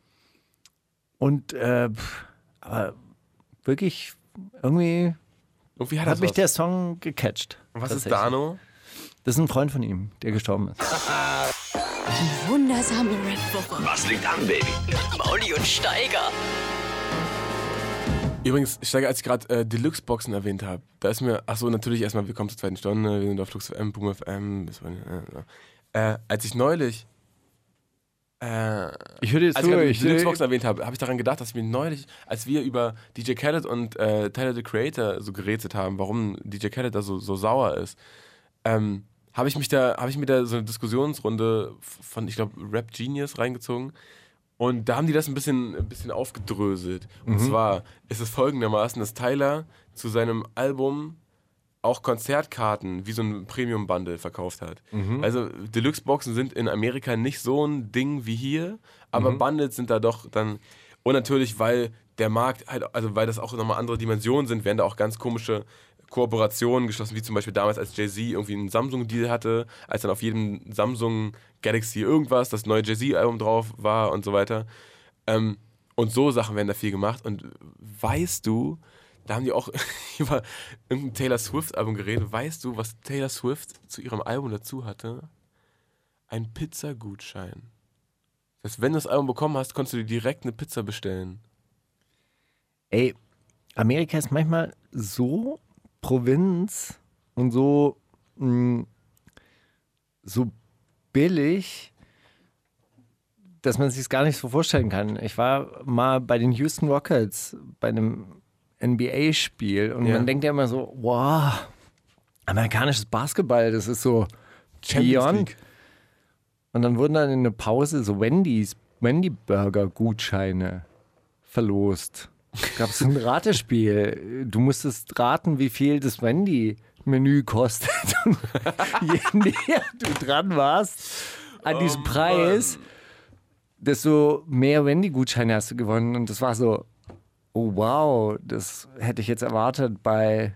und äh, pff, aber wirklich irgendwie Irgendwie hat, hat das mich was. der Song gecatcht. Und was ist tatsächlich. Dano? Das ist ein Freund von ihm, der gestorben ist. Die wundersame Red Woche. Was liegt an, Baby? Mauli und Steiger. Übrigens, Steiger, als ich gerade äh, Deluxe-Boxen erwähnt habe, da ist mir, achso, natürlich erstmal willkommen zur zweiten Stunde, wir sind auf Flux F M, Boom F M, bis wann, äh, äh, als ich neulich, äh, Ich höre jetzt als ich gerade durch. Deluxe-Boxen erwähnt habe, habe ich daran gedacht, dass mir neulich, als wir über D J Khaled und äh, Tyler, the Creator so gerätselt haben, warum D J Khaled da so, so sauer ist, ähm, habe ich mich da, habe ich mir da so eine Diskussionsrunde von, ich glaube, Rap Genius reingezogen. Und da haben die das ein bisschen, ein bisschen aufgedröselt. Und Mhm. zwar ist es folgendermaßen, dass Tyler zu seinem Album auch Konzertkarten wie so ein Premium-Bundle verkauft hat. Mhm. Also Deluxe-Boxen sind in Amerika nicht so ein Ding wie hier, aber Mhm. Bundles sind da doch dann... Und natürlich, weil der Markt halt, also weil das auch nochmal andere Dimensionen sind, werden da auch ganz komische Kooperationen geschlossen, wie zum Beispiel damals, als Jay-Z irgendwie einen Samsung-Deal hatte, als dann auf jedem Samsung Galaxy irgendwas, das neue Jay-Z-Album drauf war und so weiter. Ähm, und so Sachen werden da viel gemacht. Und weißt du, da haben die auch über irgendein Taylor Swift-Album geredet. Weißt du, was Taylor Swift zu ihrem Album dazu hatte? Ein Pizzagutschein. Das heißt, wenn du das Album bekommen hast, konntest du dir direkt eine Pizza bestellen. Ey, Amerika ist manchmal so Provinz und so, mh, so billig, dass man sich es gar nicht so vorstellen kann. Ich war mal bei den Houston Rockets bei einem N B A-Spiel und Ja. man denkt ja immer so, wow, amerikanisches Basketball, das ist so Champions beyond. League. Und dann wurden dann in der Pause so Wendy's, Wendy-Burger-Gutscheine verlost. Gab es ein Ratespiel. Du musstest raten, wie viel das Wendy-Menü kostet. Und je näher du dran warst an diesem Oh, Preis, desto mehr Wendy-Gutscheine hast du gewonnen. Und das war so, oh wow, das hätte ich jetzt erwartet bei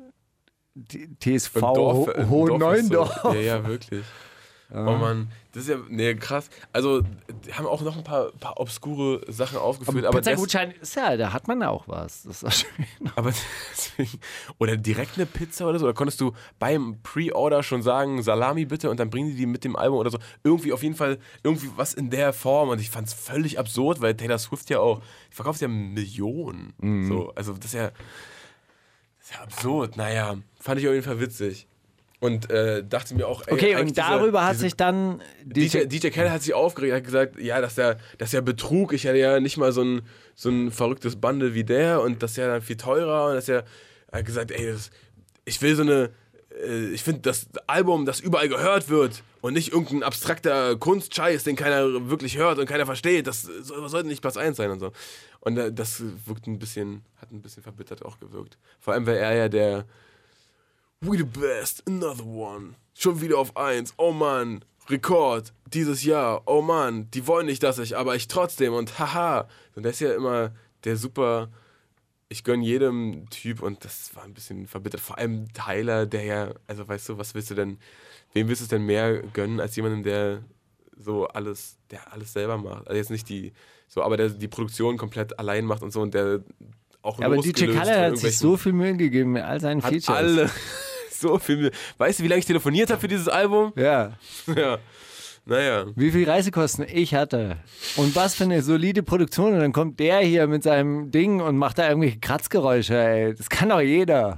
T S V Im Dorf, im Hohen Dorf ist so. Neuendorf. Ja, ja, wirklich. Oh Mann, das ist ja, nee, krass. Also, die haben auch noch ein paar, paar obskure Sachen aufgeführt. Aber, das, Pizzagutschein ist ja, da hat man auch was. Das ist auch schön. aber deswegen, oder direkt eine Pizza oder so. Oder konntest du beim Pre-Order schon sagen, Salami bitte, und dann bringen die die mit dem Album oder so. Irgendwie auf jeden Fall, irgendwie was in der Form. Und ich fand es völlig absurd, weil Taylor Swift ja auch, die verkauft ja Millionen. Mhm. So, also das ist ja, das ist ja absurd. Naja, fand ich auf jeden Fall witzig. Und äh, dachte mir auch, ey, Okay, eigentlich und darüber diese, hat diese sich dann D J, D J Khaled hat sich aufgeregt, hat gesagt, ja, das ist ja, das ist ja Betrug, ich hätte ja nicht mal so ein, so ein verrücktes Bundle wie der und das ist ja dann viel teurer und das ist ja, er hat gesagt, ey, das, ich will so eine, äh, ich finde das Album, das überall gehört wird und nicht irgendein abstrakter Kunstscheiß, den keiner wirklich hört und keiner versteht, das so- sollte nicht Platz eins sein und so. Und äh, das wirkt ein bisschen, hat ein bisschen verbittert auch gewirkt. Vor allem, weil er ja der We the best, another one. Schon wieder auf eins. Oh Mann, Rekord dieses Jahr. Oh Mann, die wollen nicht, dass ich, aber ich trotzdem und haha. Und das ist ja immer der super, ich gönn jedem Typ und das war ein bisschen verbittert. Vor allem Tyler, der ja, also weißt du, was willst du denn, wem willst du es denn mehr gönnen als jemandem, der so alles, der alles selber macht. Also jetzt nicht die, so, aber der die Produktion komplett allein macht und so und der auch Ja, aber D J losgelöst Khaled von hat sich irgendwelchen- so viel Mühe gegeben mit all seinen hat Features. alle so viel Mühe. Weißt du, wie lange ich telefoniert habe für dieses Album? Ja. Ja. Naja. Wie viel Reisekosten ich hatte. Und was für eine solide Produktion. Und dann kommt der hier mit seinem Ding und macht da irgendwelche Kratzgeräusche, ey. Das kann doch jeder.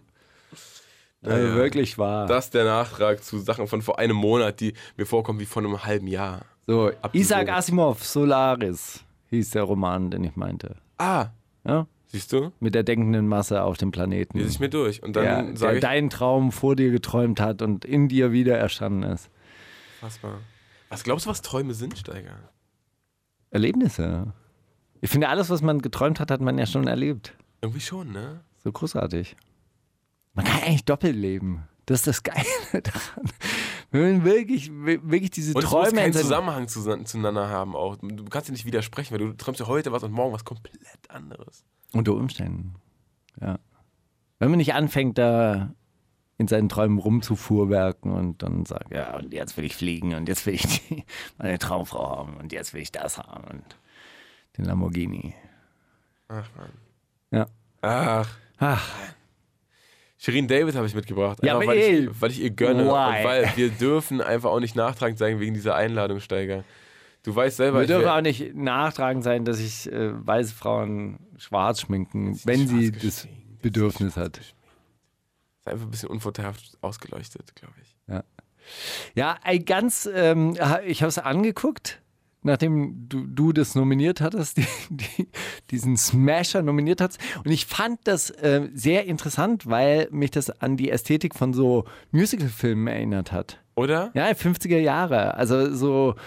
Also Naja. wirklich wahr. Das ist der Nachtrag zu Sachen von vor einem Monat, die mir vorkommen wie von einem halben Jahr. So, Abgewogen. Isaac Asimov, Solaris, hieß der Roman, den ich meinte. Ah, Ja? siehst du? Mit der denkenden Masse auf dem Planeten. Lese ich mir durch. Und der, dann der sage ich, deinen Traum vor dir geträumt hat und in dir wieder erstanden ist. unfassbar. Was glaubst du, was Träume sind, Steiger? Erlebnisse. Ich finde, alles, was man geträumt hat, hat man ja schon erlebt. Irgendwie schon, ne? So großartig. Man kann eigentlich doppelt leben. Das ist das Geile daran. Wenn man wirklich, wirklich diese Und es muss Träume... keinen in sein- Zusammenhang zu, zueinander haben auch. Du kannst dir nicht widersprechen, weil du träumst ja heute was und morgen was komplett anderes. Unter Umständen, ja. Wenn man nicht anfängt, da in seinen Träumen rumzufuhrwerken und dann sagt, ja, und jetzt will ich fliegen und jetzt will ich die, meine Traumfrau haben und jetzt will ich das haben und den Lamborghini. Ach man. Ja. Ach. Ach, Shirin David habe ich mitgebracht. Ja, Einfach, aber weil, ey, ich, weil ich ihr gönne. why? Und weil wir dürfen einfach auch nicht nachtragend sein wegen dieser Einladung, Steiger. Du weißt selber, wir ich dürfen wär- auch nicht nachtragend sein, dass sich äh, weiße Frauen schwarz schminken, Sie wenn schwarz sie das geschminkt, Bedürfnis sie schwarz hat. geschminkt. Ist einfach ein bisschen unvorteilhaft ausgeleuchtet, glaube ich. Ja, ein ganz, ähm, ich habe es angeguckt, nachdem du, du das nominiert hattest, die, die, diesen Smasher nominiert hast. Und ich fand das äh, sehr interessant, weil mich das an die Ästhetik von so Musicalfilmen erinnert hat. Oder? Ja, fünfziger Jahre. Also so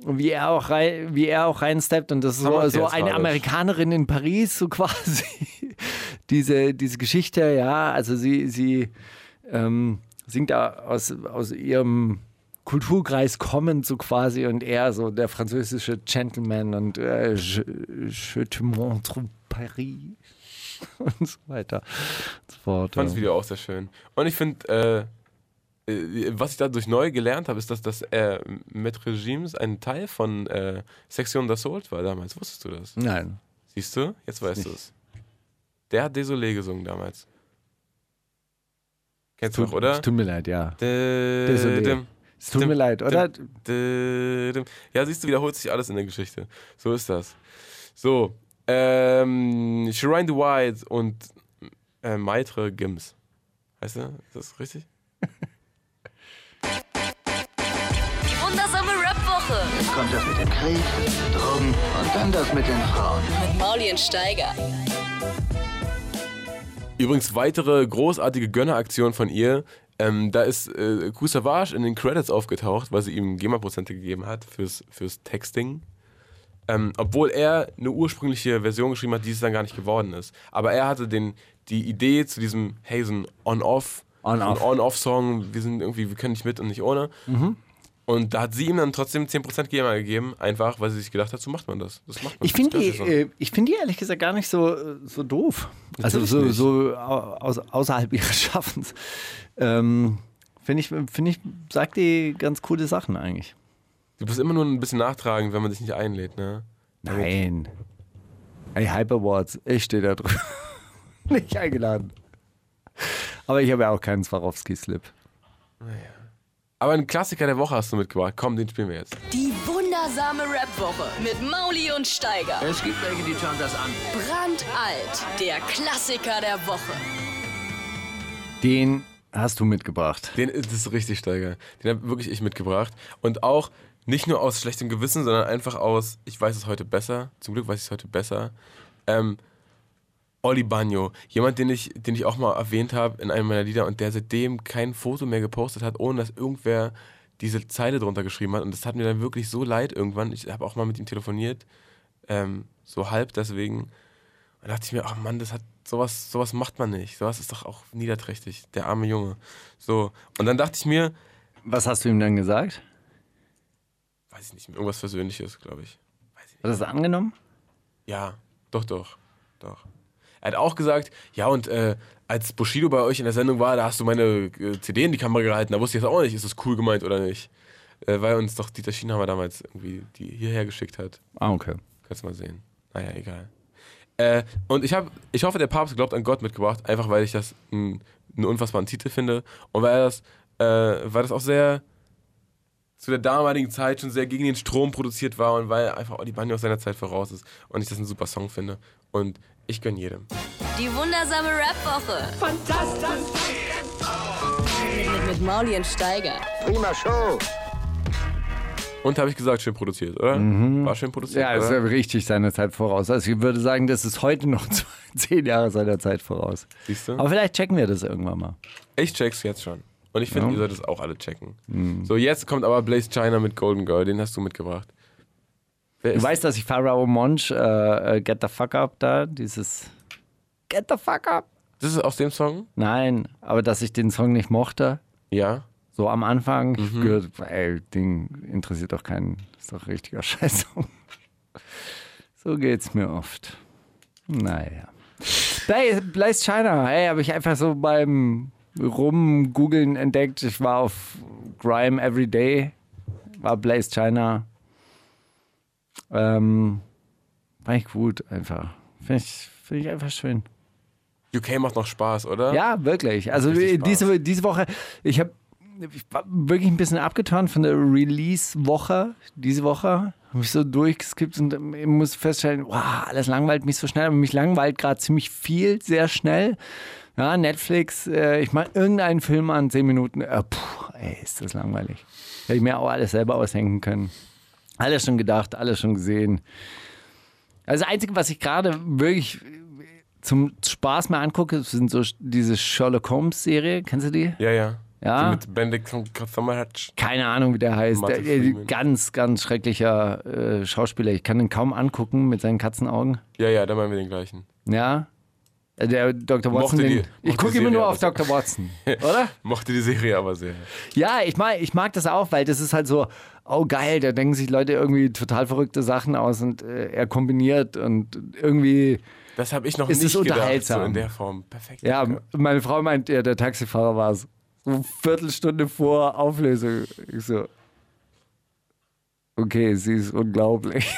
wie er auch rein, wie er auch reinsteppt und das ist so, so eine Amerikanerin in Paris, so quasi diese, diese Geschichte, ja, also sie, sie ähm, singt da aus, aus ihrem Kulturkreis kommend so quasi und er so der französische Gentleman und äh, je, je te montre Paris und so weiter. Ich fand das Video auch sehr schön. Und ich finde, äh, was ich dadurch neu gelernt habe, ist, dass das äh, Maître Regimes ein Teil von äh, Section d'Assault war damals. Wusstest du das? Nein. Siehst du? Jetzt weißt du es. Der hat Désolé gesungen damals. Kennst du noch, oder? Es tut mir leid, ja. Désolé. Es tut mir leid, oder? Ja, siehst du, wiederholt sich alles in der Geschichte. So ist das. So, ähm, Shireen the White und äh, Maitre Gims. Heißt du? Ist das richtig? Die wundersame Rap-Woche Jetzt kommt das mit dem Krieg, Drogen und dann das mit den Frauen. mit Mauli und Steiger. Übrigens, weitere großartige Gönneraktion von ihr. Ähm, da ist äh, Kool Savas in den Credits aufgetaucht, weil sie ihm GEMA-Prozente gegeben hat fürs, fürs Texting. Ähm, obwohl er eine ursprüngliche Version geschrieben hat, die es dann gar nicht geworden ist. Aber er hatte den, die Idee zu diesem, hey, so ein On-Off, On-Off. so ein On-Off-Song, wir sind irgendwie, wir können nicht mit und nicht ohne. Mhm. Und da hat sie ihm dann trotzdem zehn Prozent GEMA gegeben, einfach weil sie sich gedacht hat, so macht man das. das macht man. Ich finde die, äh, ich find die ehrlich gesagt gar nicht so, so doof. Also so, so aus, außerhalb ihres Schaffens. Ähm, finde ich, find ich, sagt die ganz coole Sachen eigentlich. Du bist immer nur ein bisschen nachtragend, wenn man dich nicht einlädt, ne? Nein. Ey, Hype Awards, ich stehe da drüber. Nicht eingeladen. Aber ich habe ja auch keinen Swarovski-Slip. Naja. Aber einen Klassiker der Woche hast du mitgebracht. Komm, den spielen wir jetzt. Die wundersame Rap-Woche mit Mauli und Steiger. Es gibt welche, die schauen das an. Brandalt, der Klassiker der Woche. Den hast du mitgebracht. Den das ist richtig Steiger. Den habe wirklich ich mitgebracht. Und auch nicht nur aus schlechtem Gewissen, sondern einfach aus, ich weiß es heute besser. Zum Glück weiß ich es heute besser. Ähm, Oli Bagno, jemand, den ich, den ich auch mal erwähnt habe in einem meiner Lieder und der seitdem kein Foto mehr gepostet hat, ohne dass irgendwer diese Zeile drunter geschrieben hat. Und das hat mir dann wirklich so leid irgendwann. Ich habe auch mal mit ihm telefoniert, ähm, so halb deswegen. Und da dachte ich mir, ach Mann, das hat sowas, sowas macht man nicht. Sowas ist doch auch niederträchtig, der arme Junge. So. Und dann dachte ich mir, was hast du ihm dann gesagt? weiß ich nicht, irgendwas Persönliches, glaube ich. Weiß ich nicht. Hast du das angenommen? Ja, doch, doch, doch. Er hat auch gesagt, ja und äh, als Bushido bei euch in der Sendung war, da hast du meine äh, C D in die Kamera gehalten, da wusste ich jetzt auch nicht, ist das cool gemeint oder nicht. Äh, weil uns doch Dieter Schienhammer damals irgendwie die hierher geschickt hat. Ah, okay. Kannst du mal sehen. Naja, egal. Äh, und ich habe, ich hoffe, der Papst glaubt an Gott mitgebracht, einfach weil ich das einen unfassbaren Titel finde und weil das, äh, weil das auch sehr zu der damaligen Zeit schon sehr gegen den Strom produziert war und weil einfach Oli Bagno aus seiner Zeit voraus ist und ich das einen super Song finde. Und ich gönn jedem. Die wundersame Rap-Woche. Fantastisch. Mit, mit Mauli und Steiger. Prima Show. Und habe ich gesagt, schön produziert, oder? Mhm. War schön produziert, Ja, das ist ja richtig seiner Zeit voraus. Also ich würde sagen, das ist heute noch zehn Jahre seiner Zeit voraus. Siehst du? Aber vielleicht checken wir das irgendwann mal. Ich check's jetzt schon. Und ich finde, Ja. ihr solltet es auch alle checken. Mhm. So, jetzt kommt aber Blaze China mit Golden Girl. Den hast du mitgebracht. Wer Du ist weißt, dass ich Pharao Monch, äh, äh, Get the Fuck Up da, dieses Get the Fuck Up. das ist aus dem Song? Nein, aber dass ich den Song nicht mochte. Ja. So am Anfang, ich Mhm. gehört, ey, Ding interessiert doch keinen. Ist doch ein richtiger Scheißsong. So geht's mir oft. Naja. Blaze, Blaze China, ey, habe ich einfach so beim Rumgoogeln entdeckt. Ich war auf Grime Everyday, war Blaze China. Ähm, war ich gut einfach. Finde ich, find ich einfach schön. U K macht noch Spaß, oder? Ja, wirklich. Also Richtig Spaß. diese, diese Woche, ich habe ich war wirklich ein bisschen abgetan von der Release-Woche. Diese Woche habe ich so durchgeskippt und ich muss feststellen, wow, alles langweilt mich so schnell, aber mich langweilt gerade ziemlich viel, sehr schnell. Ja, Netflix, äh, ich mache irgendeinen Film an, zehn Minuten, äh, puh, ey, ist das langweilig. Hätte ich mir auch alles selber ausdenken können. Alles schon gedacht, alles schon gesehen. Also das Einzige, was ich gerade wirklich zum Spaß mal angucke, sind so diese Sherlock Holmes Serie. Kennst du die? Ja, ja. Ja. Mit Benedict Cumberbatch. Keine Ahnung, wie der heißt. Der, äh, ganz, ganz schrecklicher äh, Schauspieler. Ich kann ihn kaum angucken mit seinen Katzenaugen. Ja, ja, da meinen wir den gleichen. Ja. Der Doktor Watson. Mochte die- Den, ich mochte gucke die immer Serie nur aber auf Doktor Watson. Oder? Mochte die Serie aber sehr. Ja, ich mag, ich mag das auch, weil das ist halt so, oh geil, da denken sich Leute irgendwie total verrückte Sachen aus und äh, er kombiniert und irgendwie, Das habe ich noch Ist nicht es gedacht, unterhaltsam? so in der Form. Perfekt. ja, meine Frau meint, ja, der Taxifahrer war es. So Viertelstunde vor Auflösung. Ich so, okay, sie ist unglaublich.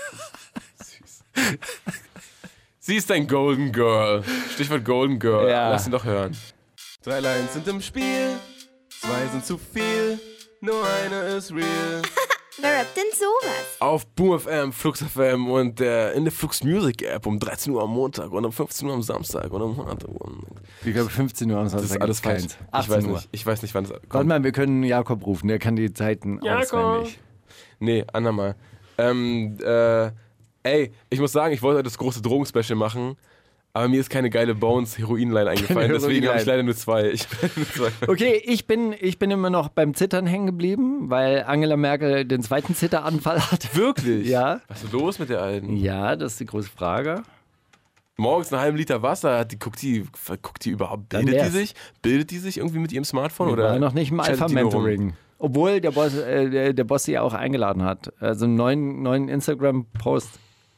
Sie ist ein Golden Girl. Stichwort Golden Girl. Ja. Lass ihn doch hören. Drei Lines sind im Spiel, zwei sind zu viel, nur eine ist real. Wer rappt denn sowas? Auf Boom F M, Flux F M und der, in der Flux Music App um dreizehn Uhr am Montag und um fünfzehn Uhr am Samstag und um Montag. Ich glaube fünfzehn Uhr am Das Samstag ist alles gibt's falsch. keins. Ich achtzehn weiß Uhr. nicht, ich weiß nicht, wann es Warte kommt. mal, wir können Jakob rufen, der kann die Zeiten auswendig. Nee, andermal. Ähm, äh, ey, ich muss sagen, ich wollte heute das große Drogenspecial machen, aber mir ist keine geile Bones-Heroin-Line eingefallen, deswegen habe ich Heroin-Line. leider nur zwei. Ich bin nur zwei. Okay, ich bin, ich bin immer noch beim Zittern hängen geblieben, weil Angela Merkel den zweiten Zitteranfall hatte. Wirklich? Ja. Was ist los mit der Alten? Ja, das ist die große Frage. Morgens einen halben Liter Wasser, die, guckt, die, guckt die überhaupt, Dann bildet die wär's. sich? Bildet die sich irgendwie mit ihrem Smartphone? Die Oder war noch nicht im chattet die nur rum? Alpha-Mentoring. Obwohl der Boss, äh, der, der Boss sie ja auch eingeladen hat. Also einen neuen, neuen Instagram-Post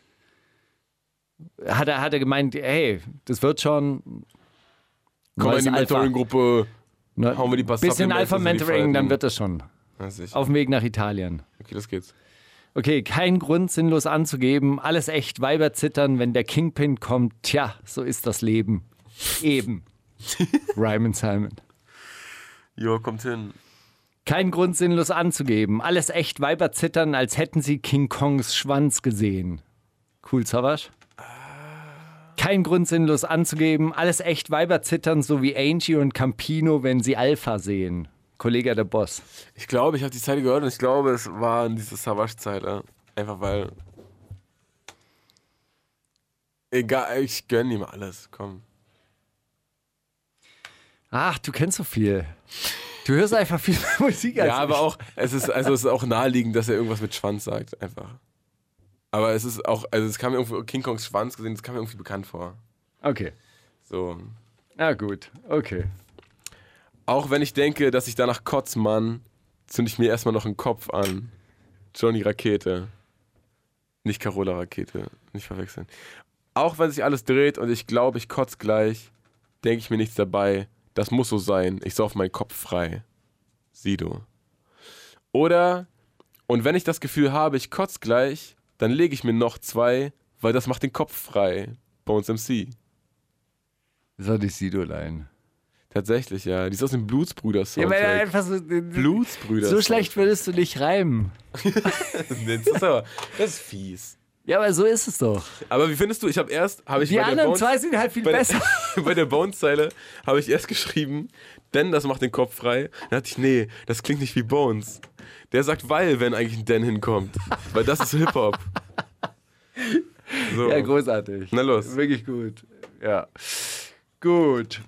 hat er, hat er gemeint, hey, das wird schon. Komm in die Alpha. Mentoring-Gruppe. Ne, hauen wir die paar bisschen Supplements, dass wir die Alpha-Mentoring, dann falten. wird das schon. Ja, sicher. Auf dem Weg nach Italien. Okay, los geht's. Okay, kein Grund sinnlos anzugeben. Alles echt, Weiber zittern, wenn der Kingpin kommt. Tja, so ist das Leben. Eben. Ryman Simon. Jo, kommt hin. Kein Grund sinnlos anzugeben. Alles echt, Weiber zittern, als hätten sie King Kongs Schwanz gesehen. Cool, Savas? Kein Grund sinnlos anzugeben. Alles echt, Weiber zittern, so wie Angie und Campino, wenn sie Alpha sehen. Kollege der Boss. Ich glaube, ich habe die Zeile gehört und ich glaube, es waren diese Savage-Zeile. Einfach weil. Egal, ich gönne ihm alles. Komm. Ach, du kennst so viel. Du hörst einfach viel mehr Musik als Ja, aber ich. auch, es ist, also es ist auch naheliegend, dass er irgendwas mit Schwanz sagt, einfach. Aber es ist auch, also es kam mir irgendwie, King Kongs Schwanz gesehen, das kam mir irgendwie bekannt vor. Okay. So. Na gut, okay. Auch wenn ich denke, dass ich danach kotz, Mann, zünde ich mir erstmal noch einen Kopf an. Johnny Rakete. Nicht Carola Rakete, nicht verwechseln. Auch wenn sich alles dreht und ich glaube, ich kotz gleich, denke ich mir nichts dabei. Das muss so sein, ich sauf meinen Kopf frei. Sido. Oder, und wenn ich das Gefühl habe, ich kotz gleich, dann lege ich mir noch zwei, weil das macht den Kopf frei. Bones M C. Das war die Sido-Line. Tatsächlich, ja. Die ist aus dem Blutsbrüder-Soundtrack. Ja, weil er einfach so, Blutsbrüder. so schlecht würdest du nicht reimen. das, ist aber, das ist fies. Ja, aber so ist es doch. Aber wie findest du, ich habe erst, habe ich Die bei der anderen Bones, zwei sind halt viel bei besser. Der, bei der Bones-Zeile habe ich erst geschrieben, denn das macht den Kopf frei. Dann dachte ich, nee, das klingt nicht wie Bones. Der sagt, weil, wenn eigentlich ein Dan hinkommt. Weil das ist Hip-Hop. So. Ja, großartig. Na los. Wirklich gut. Ja. Gut.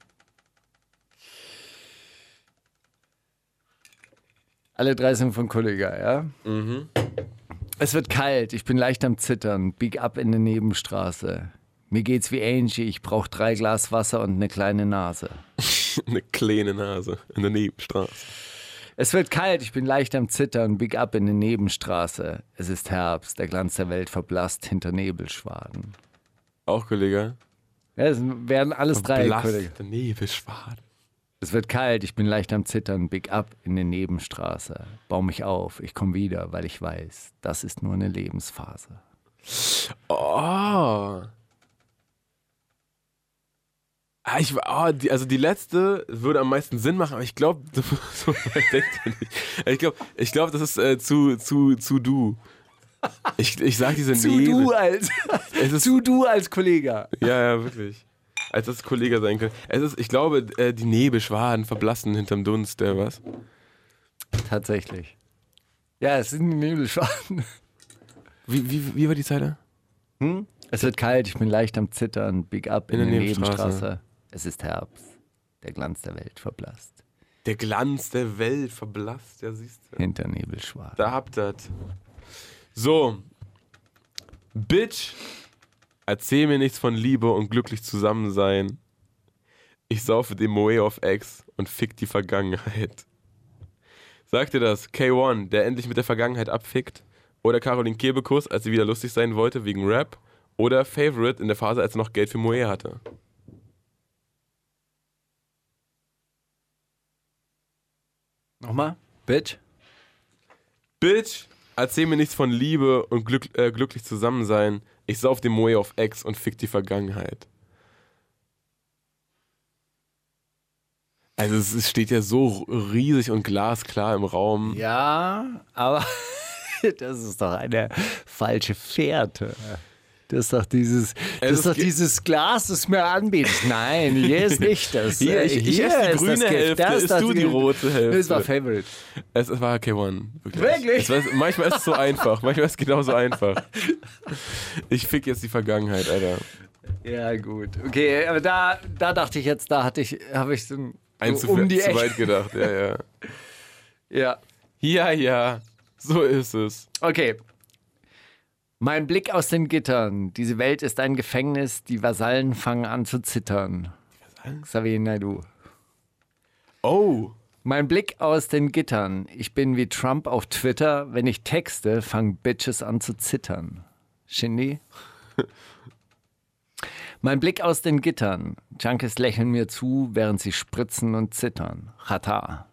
Alle drei sind von Kollega, ja? Mhm. Es wird kalt, ich bin leicht am Zittern, bieg ab in die Nebenstraße. Mir geht's wie Angie, ich brauch drei Glas Wasser und eine kleine Nase. Eine kleine Nase in der Nebenstraße. Es wird kalt, ich bin leicht am Zittern, bieg ab in die Nebenstraße. Es ist Herbst, der Glanz der Welt verblasst hinter Nebelschwaden. Auch, Kollege? Ja, es werden alles drei, Kollege. Der Nebelschwaden. Es wird kalt, ich bin leicht am Zittern, bieg ab in die Nebenstraße. Bau mich auf, ich komm wieder, weil ich weiß, das ist nur eine Lebensphase. Oh. Ah, ich, oh, die, also die letzte würde am meisten Sinn machen, aber ich glaube, so denkt ihr nicht. Ich glaube, ich glaub, das ist äh, zu, zu, zu du. Ich, ich sag diese Zu Nebel. du als, Es ist, zu du als Kollege. ja, ja, wirklich. Als das Kollege sein könnte. Es ist, ich glaube, äh, die Nebelschwaden verblassen hinterm Dunst, der was? Tatsächlich. Ja, es sind die Nebelschwaden. Wie, wie, wie war die Zeile? Hm? Es wird kalt, ich bin leicht am Zittern, bieg ab in, In die der Nebenstraße. Nebenstraße. Es ist Herbst, der Glanz der Welt verblasst. Der Glanz der Welt verblasst, ja, siehst du. Hinter Nebelschwarz. Da habt ihr das. So. Bitch, erzähl mir nichts von Liebe und glücklich zusammen sein. Ich saufe dem Moe auf Ex und fick die Vergangenheit. Sagt dir das K eins, der endlich mit der Vergangenheit abfickt? Oder Caroline Kebekus, als sie wieder lustig sein wollte wegen Rap? Oder Favorite in der Phase, als er noch Geld für Moe hatte? Nochmal? Bitch? Bitch, erzähl mir nichts von Liebe und glück, äh, glücklich zusammen sein. Ich sauf dem Moe auf Ex und fick die Vergangenheit. Also es steht ja so riesig und glasklar im Raum. Ja, aber das ist doch eine falsche Fährte. Das ist doch dieses, das ist doch dieses Glas, das mir anbietet. Nein, hier ist nicht das. Hier, ich, ich hier esse die ist grüne das Hälfte, das isst du die rote Hälfte. Das war Favorite. Es, es war K eins. Wirklich? Wirklich? Es war, manchmal ist es so einfach, manchmal ist es genauso einfach. Ich fick jetzt die Vergangenheit, Alter. Ja, gut. Okay, aber da, da dachte ich jetzt, da hatte ich, habe ich so ein Ein so zu, um die zu Ecke. weit gedacht, ja, ja. Ja. Ja, ja, so ist es. Okay. Mein Blick aus den Gittern. Diese Welt ist ein Gefängnis. Die Vasallen fangen an zu zittern. Xavier Naidoo. Oh. Mein Blick aus den Gittern. Ich bin wie Trump auf Twitter. Wenn ich texte, fangen Bitches an zu zittern. Shindy. Mein Blick aus den Gittern. Junkies lächeln mir zu, während sie spritzen und zittern. Chata.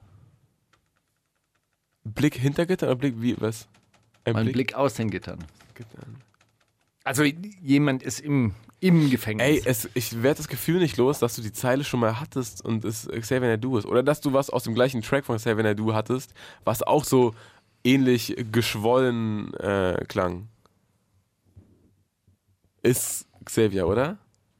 Blick hinter Gitter oder Blick wie, was? Ein Mein Blick? Blick aus den Gittern. Also jemand ist im, im Gefängnis. Ey, es, ich werde das Gefühl nicht los, dass du die Zeile schon mal hattest und es Xavier Naidoo ist. Oder dass du was aus dem gleichen Track von Xavier Naidoo hattest, was auch so ähnlich geschwollen äh, klang. Ist Xavier, oder?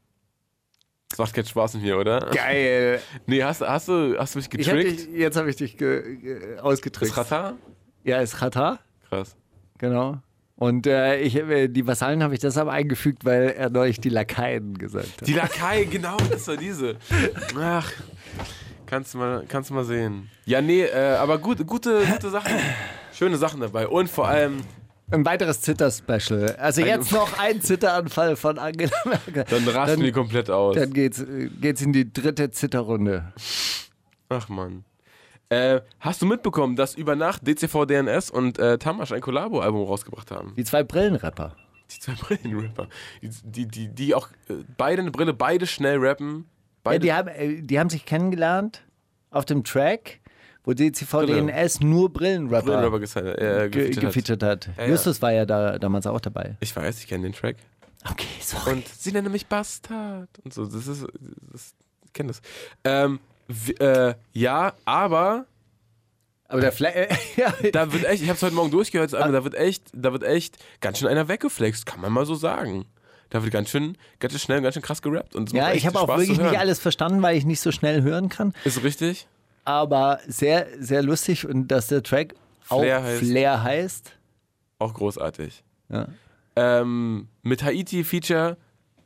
Das macht keinen Spaß mit mir, oder? Geil. Nee, hast, hast, du, hast du mich Ich hab getrickt? dich, jetzt habe ich dich ge, ge, ausgetrickst. Ist Chata? Ja, ist Chata. Krass. Genau. Und äh, ich, die Vasallen habe ich deshalb eingefügt, weil er neulich die Lakaien gesagt hat. Die Lakaien, genau, das war diese. Ach, kannst du mal, kannst du mal sehen. Ja, nee, äh, aber gut, gute, gute Sachen. Schöne Sachen dabei. Und vor allem... Ein weiteres Zitter-Special. Also jetzt noch ein Zitteranfall von Angela Merkel. Dann rasten die komplett aus. Dann geht's, geht's in die dritte Zitterrunde. Ach Mann. Äh, hast du mitbekommen, dass über Nacht D C V D N S und äh, Tamash ein Collabo-Album rausgebracht haben? Die zwei Brillenrapper. Die zwei Brillenrapper. Die, die, die, die auch äh, beide eine Brille, beide schnell rappen. Beide Ja, die, haben, die haben sich kennengelernt auf dem Track, wo D C V D N S nur Brillenrapper, Brillenrapper gesigned, äh, ge gefeatured, gefeatured hat. Ja, ja. Justus war ja da damals auch dabei. Ich weiß, ich kenne den Track. Okay, sorry. Und sie nennen mich Bastard. Und so, das ist, das, ich kenne das. Ähm, w- äh, ja, aber... Aber der Fla ja. Da wird echt, ich hab's heute Morgen durchgehört, aber da wird echt, da wird echt ganz schön einer weggeflext, kann man mal so sagen. Da wird ganz schön, ganz schön schnell, ganz schön krass gerappt. Und es Ja, macht echt ich habe auch Spaß wirklich zu hören. nicht alles verstanden, weil ich nicht so schnell hören kann. Ist richtig? Aber sehr, sehr lustig und dass der Track Flair auch heißt. Flair heißt. Auch großartig. Ja. Ähm, mit Haiti-Feature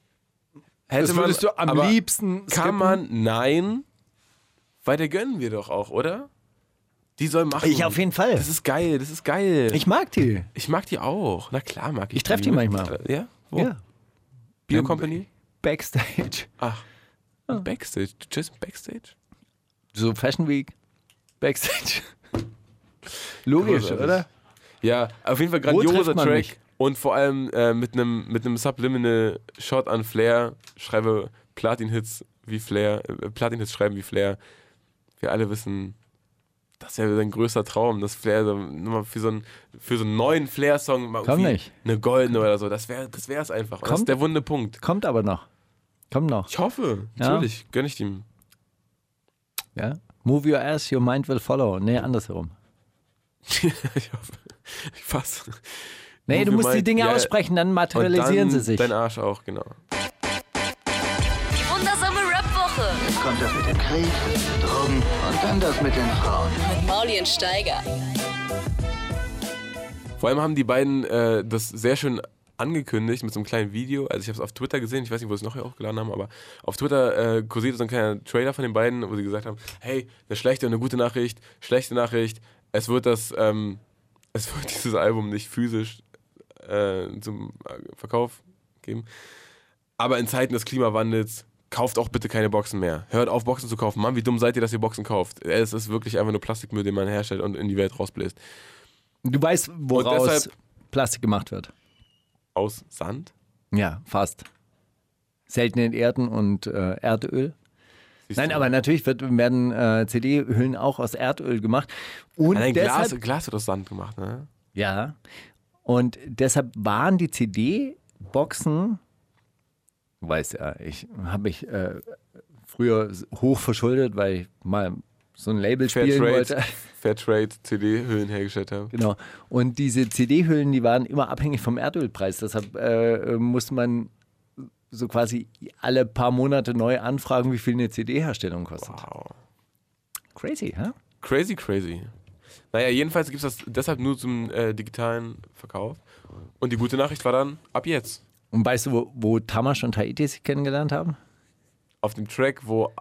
hätte Das man, würdest du am aber liebsten Kann skippen? man, nein, weil der gönnen wir doch auch, oder? Die soll machen. Ich auf jeden Fall. Das ist geil, das ist geil. Ich mag die. Ich mag die auch. Na klar mag ich Ich treff die manchmal. Äh, Ja? Wo? Ja. Bio Company? Backstage. Ach. Backstage. Du chillst Backstage? So Fashion Week. Backstage. Logisch, Großartig. oder? Ja, auf jeden Fall Wo grandioser trifft man Track. mich? Und vor allem äh, mit einem mit einem Subliminal Shot an Flair. Schreibe Platin-Hits wie Flair. Äh, Platin-Hits schreiben wie Flair. Wir alle wissen, das ist ja sein größter Traum, dass Flair so, nochmal für so einen, für so einen neuen Flair-Song mal Komm irgendwie nicht. eine goldene oder so. Das wäre das wär's einfach. Und das Kommt. ist der wunde Punkt. Kommt aber noch. Kommt noch. Ich hoffe, Ja. natürlich, gönn ich ihm. Ja. Move your ass, your mind will follow. Nee, andersherum. ich hoffe. Ich fass. Nee, du Move musst your die mind, Dinge ja, aussprechen, dann und materialisieren dann sie sich. Dein Arsch auch, genau. Die wundersame Rap-Woche Jetzt kommt das mit dem Krieg, Drogen und dann das mit den Frauen. mit Mauli und Steiger. Vor allem haben die beiden äh, das sehr schön angekündigt mit so einem kleinen Video. Also ich habe es auf Twitter gesehen, ich weiß nicht, wo sie es noch hochgeladen haben, aber auf Twitter äh, kursierte so ein kleiner Trailer von den beiden, wo sie gesagt haben, hey, eine schlechte und eine gute Nachricht, schlechte Nachricht, es wird das, ähm, es wird dieses Album nicht physisch äh, zum Verkauf geben. Aber in Zeiten des Klimawandels kauft auch bitte keine Boxen mehr. Hört auf, Boxen zu kaufen. Mann, wie dumm seid ihr, dass ihr Boxen kauft? Es ist wirklich einfach nur Plastikmüll, den man herstellt und in die Welt rausbläst. Du weißt, woraus deshalb, Plastik gemacht wird? Aus Sand? Ja, fast. Seltenen Erden und äh, Erdöl. Siehst Nein, du? aber natürlich wird, werden äh, C D-Hüllen auch aus Erdöl gemacht. Und Nein, deshalb, Glas, Glas wird aus Sand gemacht, ne? Ja. Und deshalb waren die C D-Boxen, du weißt ja, ich habe mich äh, früher hoch verschuldet, weil ich mal so ein Label spielen wollte. Fairtrade C D-Hüllen hergestellt habe. Genau. Und diese C D-Hüllen, die waren immer abhängig vom Erdölpreis. Deshalb äh, musste man so quasi alle paar Monate neu anfragen, wie viel eine C D-Herstellung kostet. Wow. Crazy, hä? Crazy, crazy. Naja, jedenfalls gibt es das deshalb nur zum äh, digitalen Verkauf. Und die gute Nachricht war dann, ab jetzt. Und weißt du, wo, wo Tamash und Tahiti sich kennengelernt haben? Auf dem Track, wo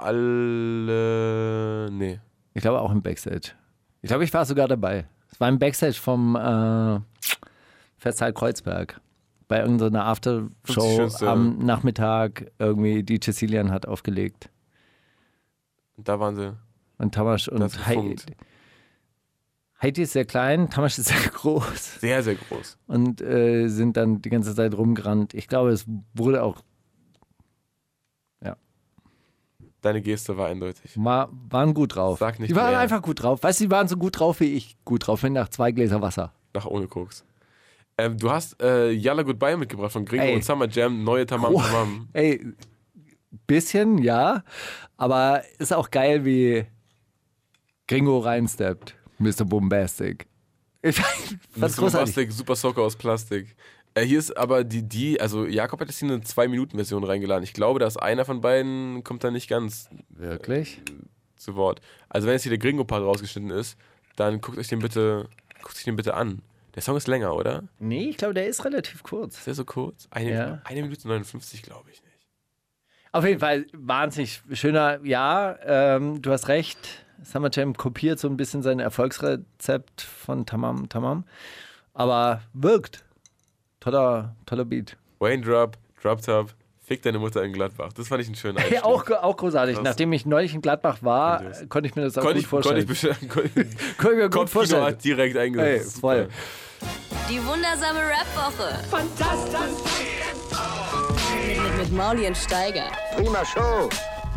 alle... Nee. Ich glaube auch im Backstage. Ich glaube, ich war sogar dabei. Es war im Backstage vom äh, Festsaal Kreuzberg. Bei irgendeiner Aftershow am Nachmittag irgendwie die Cecilian hat aufgelegt. Und da waren sie. Und Tamash und Haiti. Haiti ist sehr klein, Tamash ist sehr groß. Sehr, sehr groß. Und äh, sind dann die ganze Zeit rumgerannt. Ich glaube, es wurde auch. Ja. Deine Geste war eindeutig. War, waren gut drauf. Sag nicht die waren mehr. einfach gut drauf. Weißt du, die waren so gut drauf, wie ich gut drauf bin, nach zwei Gläser Wasser. Nach ohne Koks. Ähm, du hast äh, Yalla Goodbye mitgebracht von Gringo Ey. und Summer Jam, neue Tamam Oh. Tamam. Ey, bisschen, ja. Aber ist auch geil, wie Gringo reinsteppt. Mister Bombastic. Ich fand's Mister großartig. Bombastic, Super Soccer aus Plastik. Äh, hier ist aber die, die, also Jakob hat jetzt hier eine zwei Minuten Version reingeladen. Ich glaube, dass einer von beiden kommt da nicht ganz Wirklich? zu Wort. Also wenn jetzt hier der Gringo-Part rausgeschnitten ist, dann guckt euch den bitte, guckt euch den bitte an. Der Song ist länger, oder? Nee, ich glaube, der ist relativ kurz. Ist der so kurz? Eine, Ja. eine Minute neunundfünfzig, glaube ich nicht. Auf jeden Fall wahnsinnig schöner, ja, ähm, du hast recht. Summer Jam kopiert so ein bisschen sein Erfolgsrezept von Tamam Tamam. Aber wirkt. Toller, toller Beat. Wayne Drop, Drop Top, Fick deine Mutter in Gladbach. Das fand ich einen schönen Einstieg. Ja, auch, auch großartig. Krass. Nachdem ich neulich in Gladbach war, Grandios. konnte ich mir das auch Konnte gut ich, konnte vorstellen. ich, bestimmt- konnte ich, Konnte ich mir gut Kopfkino vorstellen. hat direkt Hey, eingesetzt. voll. Die wundersame Rap-Woche. Fantastisch. Mit, mit, mit Mauli und Steiger. Prima Show.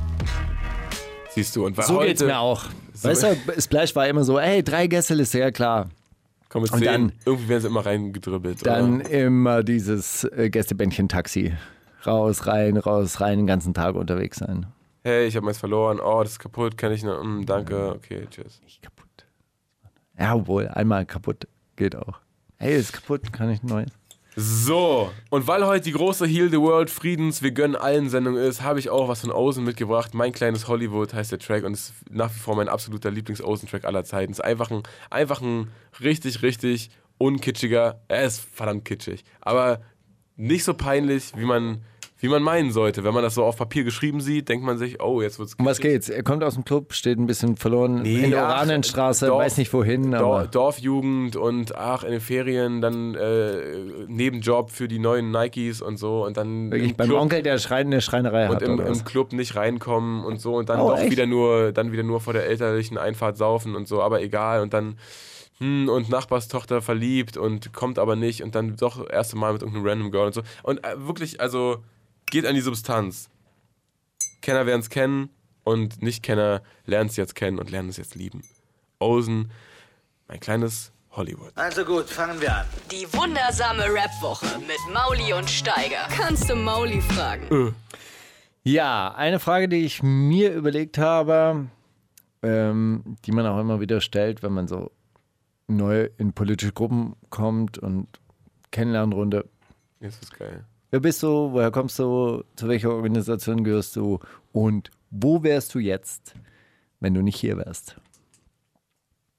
Siehst du, und weil So heute geht's mir auch. Weißt du, Splash war immer so, ey, drei Gästeliste, ja klar. kommen und zehn, dann- irgendwie werden sie immer reingedribbelt. Dann oder? immer dieses äh, Gästebändchen-Taxi. Raus, rein, raus, rein, den ganzen Tag unterwegs sein. Hey, ich habe meins verloren. Oh, das ist kaputt. Kann ich noch? Mm, danke. Okay, tschüss. Nicht kaputt. Ja, obwohl, einmal kaputt geht auch. Hey, ist kaputt, kann ich ein neues. So, und weil heute die große Heal the World Friedens, wir gönnen allen Sendung ist, habe ich auch was von Ozen mitgebracht. Mein kleines Hollywood heißt der Track und ist nach wie vor mein absoluter Lieblings-Ozen-Track aller Zeiten. Ist einfach ein, einfach ein richtig, richtig unkitschiger, er ist verdammt kitschig, aber nicht so peinlich, wie man, wie man meinen sollte. Wenn man das so auf Papier geschrieben sieht, denkt man sich, oh, jetzt wird's kitschig. Um was geht's? Er kommt aus dem Club, steht ein bisschen verloren Nee, in der ach, Oranienstraße, Dorf- weiß nicht wohin, Dor- aber Dorfjugend und ach, in den Ferien dann äh, Nebenjob für die neuen Nikes und so und dann wirklich im beim Club Onkel, der Schrein, eine Schreinerei und hat. im, oder was? im Club nicht reinkommen und so und dann Oh, doch echt? wieder nur dann wieder nur vor der elterlichen Einfahrt saufen und so, aber egal und dann hm, und Nachbarstochter verliebt und kommt aber nicht und dann doch das erste Mal mit irgendeinem random Girl und so und äh, wirklich, also geht an die Substanz. Kenner werden es kennen und Nicht-Kenner lernen es jetzt kennen und lernen es jetzt lieben. Ozen, mein kleines Hollywood. Also gut, fangen wir an. Die wundersame Rap-Woche mit Mauli und Steiger. Kannst du Mauli fragen? Ja, eine Frage, die ich mir überlegt habe, ähm, die man auch immer wieder stellt, wenn man so neu in politische Gruppen kommt und Kennenlernrunde. Jetzt ist geil. Wer bist du? Woher kommst du? Zu welcher Organisation gehörst du? Und wo wärst du jetzt, wenn du nicht hier wärst?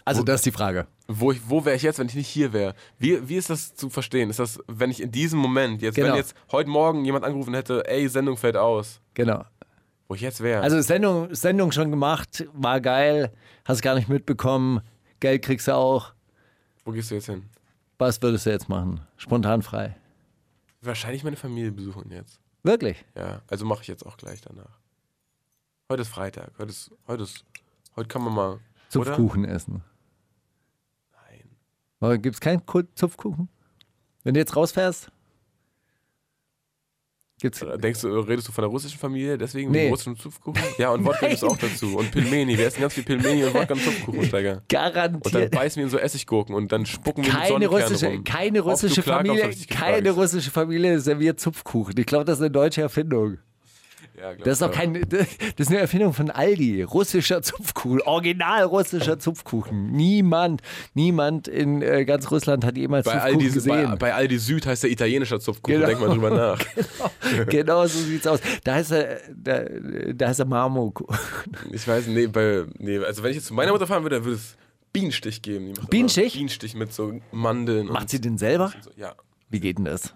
Also das ist die Frage. Wo, ich, wo wäre ich jetzt, wenn ich nicht hier wäre? Wie, wie ist das zu verstehen? Ist das, wenn ich in diesem Moment, jetzt, genau. wenn jetzt heute Morgen jemand angerufen hätte, ey, Sendung fällt aus. Genau. Wo ich jetzt wäre. Also Sendung, Sendung schon gemacht, war geil, hast gar nicht mitbekommen, Geld kriegst du auch. Wo gehst du jetzt hin? Was würdest du jetzt machen? Spontan frei. Wahrscheinlich meine Familie besuchen jetzt. Wirklich? Ja, also mache ich jetzt auch gleich danach. Heute ist Freitag. Heute ist, heute ist, heute kann man mal... Zupfkuchen oder? Essen. Nein. Gibt es keinen Zupfkuchen? Wenn du jetzt rausfährst? Gibt's Denkst du, redest du von der russischen Familie, deswegen nee. mit russischen Zupfkuchen? Ja, und Wodka gibt es auch dazu. Und Pilmeni, wir essen ganz viel Pilmeni und Wodka und Zupfkuchen, Steiger. Garantiert. Und dann beißen wir in so Essiggurken und dann spucken wir keine mit Sonnenkernen russische, rum. keine russische Familie, keine russische Familie serviert Zupfkuchen. Ich glaube, das ist eine deutsche Erfindung. Ja, das ist doch keine, das ist eine Erfindung von Aldi. Russischer Zupfkuchen, original russischer Zupfkuchen. Niemand, niemand in äh, ganz Russland hat jemals bei Zupfkuchen Aldi, gesehen. Bei, bei Aldi Süd heißt der italienischer Zupfkuchen, genau. denk mal drüber nach. Genau, genau so sieht's aus. Da heißt er, da, da heißt er Marmorkuchen. Ich weiß, nee, bei, nee, also wenn ich jetzt zu meiner Mutter fahren würde, dann würde es Bienenstich geben. Die macht Bienenstich? Bienenstich mit so Mandeln. Macht und sie den selber? So. Ja. Wie geht denn das?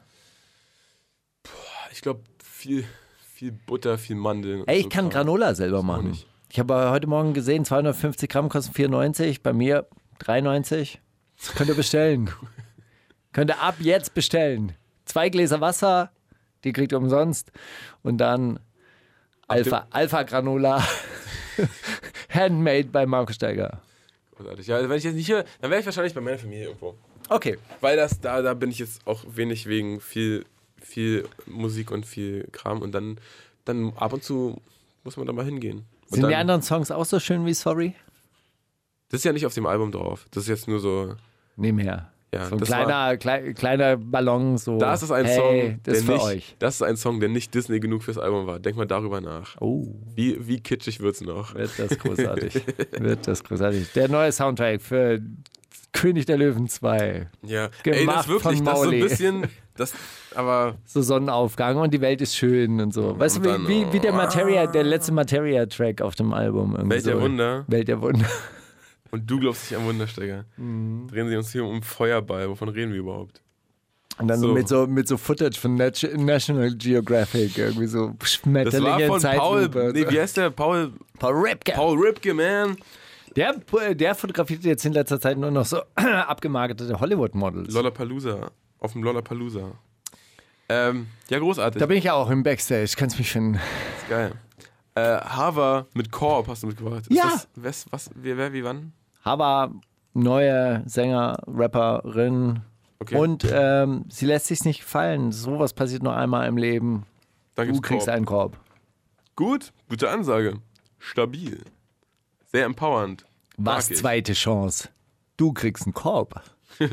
Ich glaube, viel... Viel Butter, viel Mandeln. Ey, ich so kann Kram. Granola selber machen. Nicht. Ich habe heute Morgen gesehen, zweihundertfünfzig Gramm kosten vier neunzig, bei mir drei neunzig. Könnt ihr bestellen. Könnt ihr ab jetzt bestellen. Zwei Gläser Wasser, die kriegt ihr umsonst. Und dann Alpha, Alpha Granola. Handmade bei Markus Steiger. Großartig. Ja, wenn ich jetzt nicht hier, dann wäre ich wahrscheinlich bei meiner Familie irgendwo. Okay. Weil das, da, da bin ich jetzt auch wenig wegen viel... viel Musik und viel Kram und dann, dann ab und zu muss man da mal hingehen. Und Sind dann, die anderen Songs auch so schön wie Sorry? Das ist ja nicht auf dem Album drauf. Das ist jetzt nur so... Nebenher. Ja, so ein das kleiner, war, klei, kleiner Ballon. So. Das ist ein hey, Song, das ist der für nicht, euch. Das ist ein Song, der nicht Disney genug fürs Album war. Denk mal darüber nach. Oh. Wie, wie kitschig wird's noch? Wird das großartig. Wird das großartig. Der neue Soundtrack für König der Löwen zwei. Ja, Gemacht ey, das wirklich, von das so ein Mauli. bisschen... Das, aber so Sonnenaufgang und die Welt ist schön und so. Weißt und du, dann, wie, wie, wie der Materia, der letzte Materia-Track auf dem Album. Irgendwie Welt der so. Wunder. Welt der Wunder. Und du glaubst nicht an Wundersteiger. Mhm. Drehen sie uns hier um Feuerball. Wovon reden wir überhaupt? Und dann so. So. mit so mit so Footage von Nat- National Geographic, irgendwie so Das Schmetterlinge war in von Paul, Zeitlupe. nee, wie heißt der? Paul, Paul Ripke. Paul Ripke, man. Der, der fotografiert jetzt in letzter Zeit nur noch so abgemagerte Hollywood-Models. Lollapalooza. Auf dem Lollapalooza. Ähm, ja, großartig. Da bin ich ja auch im Backstage, kannst mich finden. ist geil. Äh, Hava mit Korb hast du mitgebracht. Ist Ja. Das, was, was, wer, wer, wie, wann? Aber neue Sänger, Rapperin. Okay. Und ähm, sie lässt sich's nicht gefallen. Sowas passiert nur einmal im Leben. Dann Du gibt's kriegst Korb. einen Korb. Gut, gute Ansage. Stabil. Sehr empowernd. Was Mag ich. zweite Chance? Du kriegst einen Korb.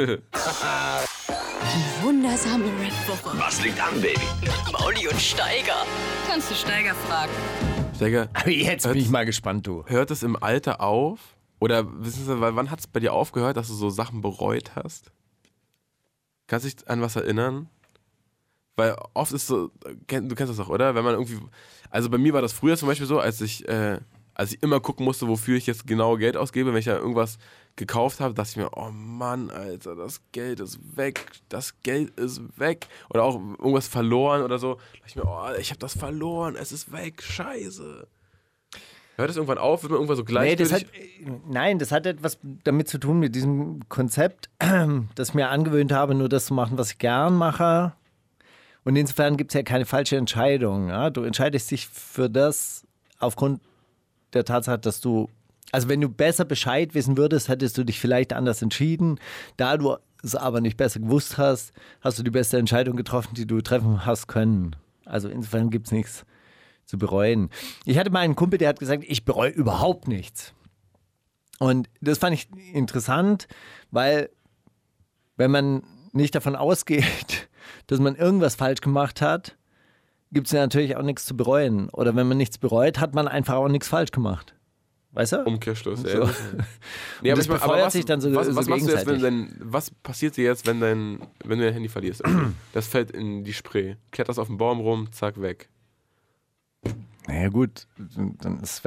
Die wundersame Red Woche. Was liegt an, Baby? Mauli und Steiger. Kannst du Steiger fragen? Steiger, Aber jetzt bin ich mal gespannt, du. hört es im Alter auf? Oder wissen Sie, wann hat es bei dir aufgehört, dass du so Sachen bereut hast? Kannst du dich an was erinnern? Weil oft ist so, kenn- du kennst das doch, oder? Wenn man irgendwie, also bei mir war das früher zum Beispiel so, als ich, äh, als ich immer gucken musste, wofür ich jetzt genau Geld ausgebe, wenn ich da irgendwas gekauft habe, dachte ich mir, oh Mann, Alter, das Geld ist weg, das Geld ist weg. Oder auch irgendwas verloren oder so, dachte ich mir, oh, ich habe das verloren, es ist weg, scheiße. Hört das irgendwann auf? Wird man irgendwann so Nee, das gleichgültig? hat, nein, das hat etwas damit zu tun mit diesem Konzept, das ich mir angewöhnt habe, nur das zu machen, was ich gern mache. Und insofern gibt es ja keine falsche Entscheidung. Ja? Du entscheidest dich für das aufgrund der Tatsache, dass du, also wenn du besser Bescheid wissen würdest, hättest du dich vielleicht anders entschieden. Da du es aber nicht besser gewusst hast, hast du die beste Entscheidung getroffen, die du treffen hast können. Also insofern gibt es nichts zu bereuen. Ich hatte mal einen Kumpel, der hat gesagt, ich bereue überhaupt nichts. Und das fand ich interessant, weil wenn man nicht davon ausgeht, dass man irgendwas falsch gemacht hat, gibt es ja natürlich auch nichts zu bereuen. Oder wenn man nichts bereut, hat man einfach auch nichts falsch gemacht. Weißt du? Umkehrschluss, So. ja. Nee, das ich mein, befeuert was, sich dann so- was, so was machst du jetzt, wenn gegenseitig. dein, was passiert dir jetzt, wenn, dein, wenn du dein Handy verlierst? Okay. Das fällt in die Spree. Kletterst auf den Baum rum, zack, weg. Naja gut, dann ist es weg.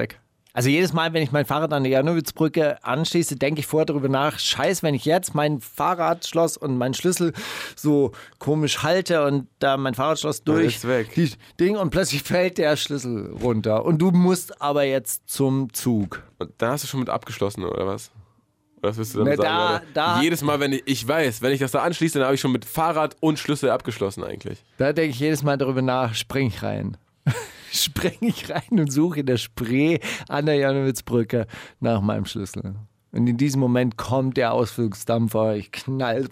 Also jedes Mal, wenn ich mein Fahrrad an der Janowitzbrücke anschließe, denke ich vorher darüber nach, scheiß, wenn ich jetzt mein Fahrradschloss und meinen Schlüssel so komisch halte und da mein Fahrradschloss durch die Ding und plötzlich fällt der Schlüssel runter und du musst aber jetzt zum Zug. Und da hast du schon mit abgeschlossen, oder was? Oder was willst du damit Na, sagen? da, da, jedes Mal, wenn ich, ich weiß, wenn ich das da anschließe, dann habe ich schon mit Fahrrad und Schlüssel abgeschlossen eigentlich. Da denke ich jedes Mal darüber nach, spring ich rein. Spring ich rein und suche in der Spree an der Janowitzbrücke nach meinem Schlüssel. Und in diesem Moment kommt der Ausflugsdampfer, ich knall.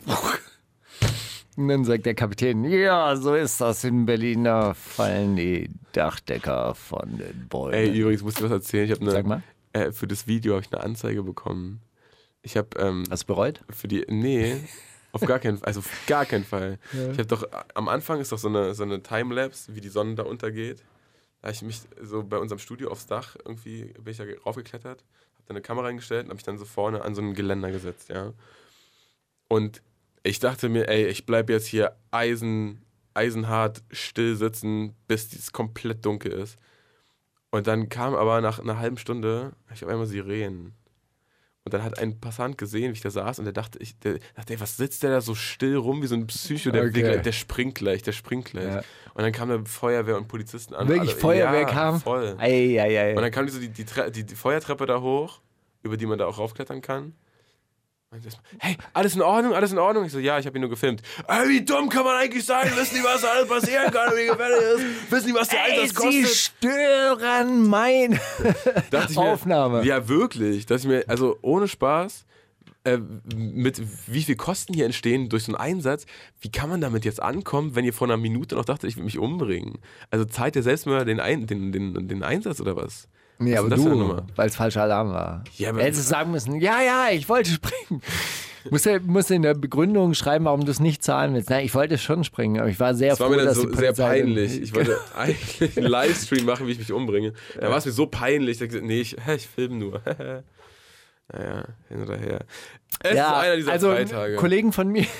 Und dann sagt der Kapitän, ja, so ist das in Berlin, da fallen die Dachdecker von den Bäumen. Ey, übrigens, musst du was erzählen. Ich eine, Sag mal. Äh, für das Video habe ich eine Anzeige bekommen. Ich habe... Ähm, Hast du bereut? Für die... Nee... Auf gar keinen Fall, also auf gar keinen Fall. Ja. Ich habe doch, am Anfang ist doch so eine, so eine Timelapse, wie die Sonne da untergeht. Da habe ich mich so bei unserem Studio aufs Dach irgendwie, bin ich da raufgeklettert, habe da eine Kamera eingestellt und habe mich dann so vorne an so ein Geländer gesetzt, ja. Und ich dachte mir, ey, ich bleibe jetzt hier eisen, eisenhart still sitzen, bis es komplett dunkel ist. Und dann kam aber nach einer halben Stunde, ich auf einmal Sirenen. Und dann hat ein Passant gesehen, wie ich da saß und der dachte, ich, der dachte, ey, was sitzt der da so still rum wie so ein Psycho, der, okay. der, der springt gleich, der springt gleich. Ja. Und dann kam da Feuerwehr und Polizisten an. Wirklich alle, Feuerwehr ja, kam? Voll. Ei, ei, ei. Und dann kam die so die, die, die, die Feuertreppe da hoch, über die man da auch raufklettern kann. Und das, hey, alles in Ordnung, alles in Ordnung? Ich so, ja, ich habe ihn nur gefilmt. Ey, wie dumm kann man eigentlich sein? Wissen die, was da alles passieren kann, wie gefährlich ist? Wissen die, was der Einsatz kostet? Sie stören meine Aufnahme. Mir, ja, wirklich. Dass ich mir, also ohne Spaß, äh, mit wie viel Kosten hier entstehen durch so einen Einsatz, wie kann man damit jetzt ankommen, wenn ihr vor einer Minute noch dachtet, ich will mich umbringen? Also zahlt ihr selbst mal den, Ein, den, den, den Einsatz oder was? Nee, was aber du, weil es falscher Alarm war. Ja, aber hättest du sagen müssen, ja, ja, ich wollte springen. Musst du musst in der Begründung schreiben, warum du es nicht zahlen willst. Nein, ich wollte schon springen, aber ich war sehr das froh, war mir dann dass so die sehr peinlich. Ich wollte eigentlich einen Livestream machen, wie ich mich umbringe. Da war es mir so peinlich. Ich dachte, nee, ich, ich filme nur. Naja, hin oder her. Es ja, ist einer dieser also Freitage. Kollegen von mir,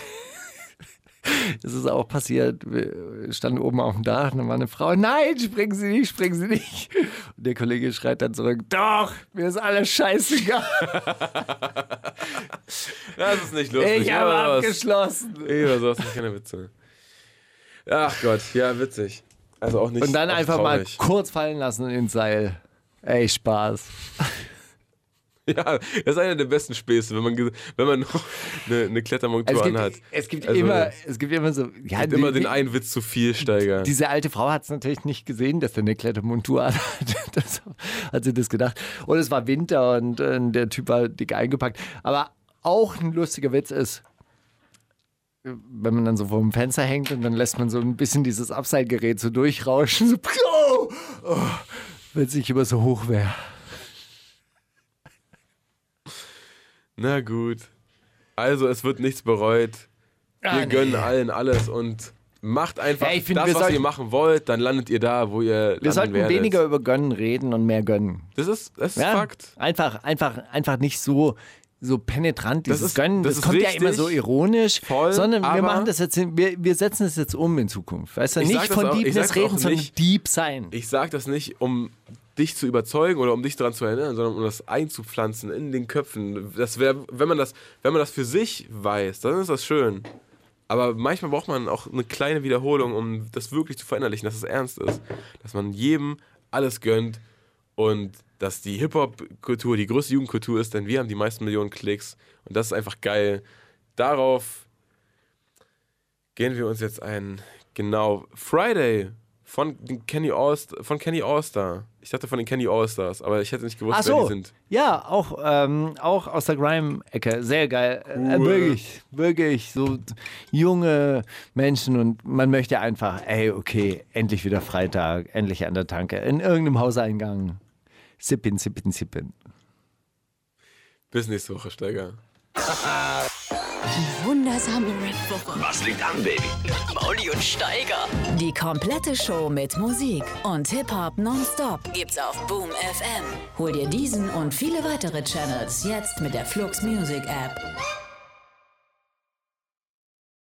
das ist auch passiert, wir standen oben auf dem Dach und dann war eine Frau, nein, springen Sie nicht, springen Sie nicht. Und der Kollege schreit dann zurück, doch, mir ist alles scheißegal. Das ist nicht lustig. Ich habe abgeschlossen. Über sowas sind keine Witze. Ach Gott, ja, witzig. Also auch nicht. Und dann einfach traurig. mal kurz fallen lassen ins Seil. Ey, Spaß. Ja, das ist einer der besten Späße, wenn man, wenn man noch eine, eine Klettermontur also anhat. Es gibt, also, immer, es gibt immer so... Ja, gibt die, immer den einen Witz zu viel steigern. Diese alte Frau hat es natürlich nicht gesehen, dass er eine Klettermontur anhat. Das hat sie das gedacht. Und es war Winter und äh, der Typ war dick eingepackt. Aber auch ein lustiger Witz ist, wenn man dann so vor dem Fenster hängt und dann lässt man so ein bisschen dieses Abseilgerät so durchrauschen. So, oh, oh, wenn es nicht immer so hoch wäre. Na gut. Also, es wird nichts bereut. Wir ah, nee. gönnen allen alles und macht einfach hey, find, das, was sollten, ihr machen wollt, dann landet ihr da, wo ihr landen Wir sollten werdet. weniger über Gönnen reden und mehr gönnen. Das ist, das ist ja? Fakt. Einfach, einfach, einfach nicht so, so penetrant, dieses das ist, Gönnen. Das, das kommt richtig, ja immer so ironisch, voll, sondern wir machen das jetzt, wir, wir setzen das jetzt um in Zukunft. Weißt du, nicht von Diebnis reden, sondern Dieb sein. Ich sage das nicht, um dich zu überzeugen oder um dich daran zu erinnern, sondern um das einzupflanzen in den Köpfen. Das wäre, wenn man das, wenn man das für sich weiß, dann ist das schön. Aber manchmal braucht man auch eine kleine Wiederholung, um das wirklich zu verinnerlichen, dass es ernst ist. Dass man jedem alles gönnt und dass die Hip-Hop-Kultur die größte Jugendkultur ist, denn wir haben die meisten Millionen Klicks und das ist einfach geil. Darauf gehen wir uns jetzt ein, genau, Friday von Kenny Allstar, von Kenny Allstar. Ich dachte von den Kenny Allstars, aber ich hätte nicht gewusst, Ach so. wer die sind. Ja, auch, ähm, auch aus der Grime-Ecke. Sehr geil. Cool. Äh, wirklich, wirklich. So junge Menschen und man möchte einfach, ey, okay, endlich wieder Freitag, endlich an der Tanke, in irgendeinem Hauseingang. Sippin, sippin, sippin. Bis nächste Woche, Steiger. Die wundersame Red-Woche. Was liegt an, Baby? Mauli und Steiger. Die komplette Show mit Musik und Hip-Hop nonstop gibt's auf Boom F M. Hol dir diesen und viele weitere Channels jetzt mit der Flux Music App.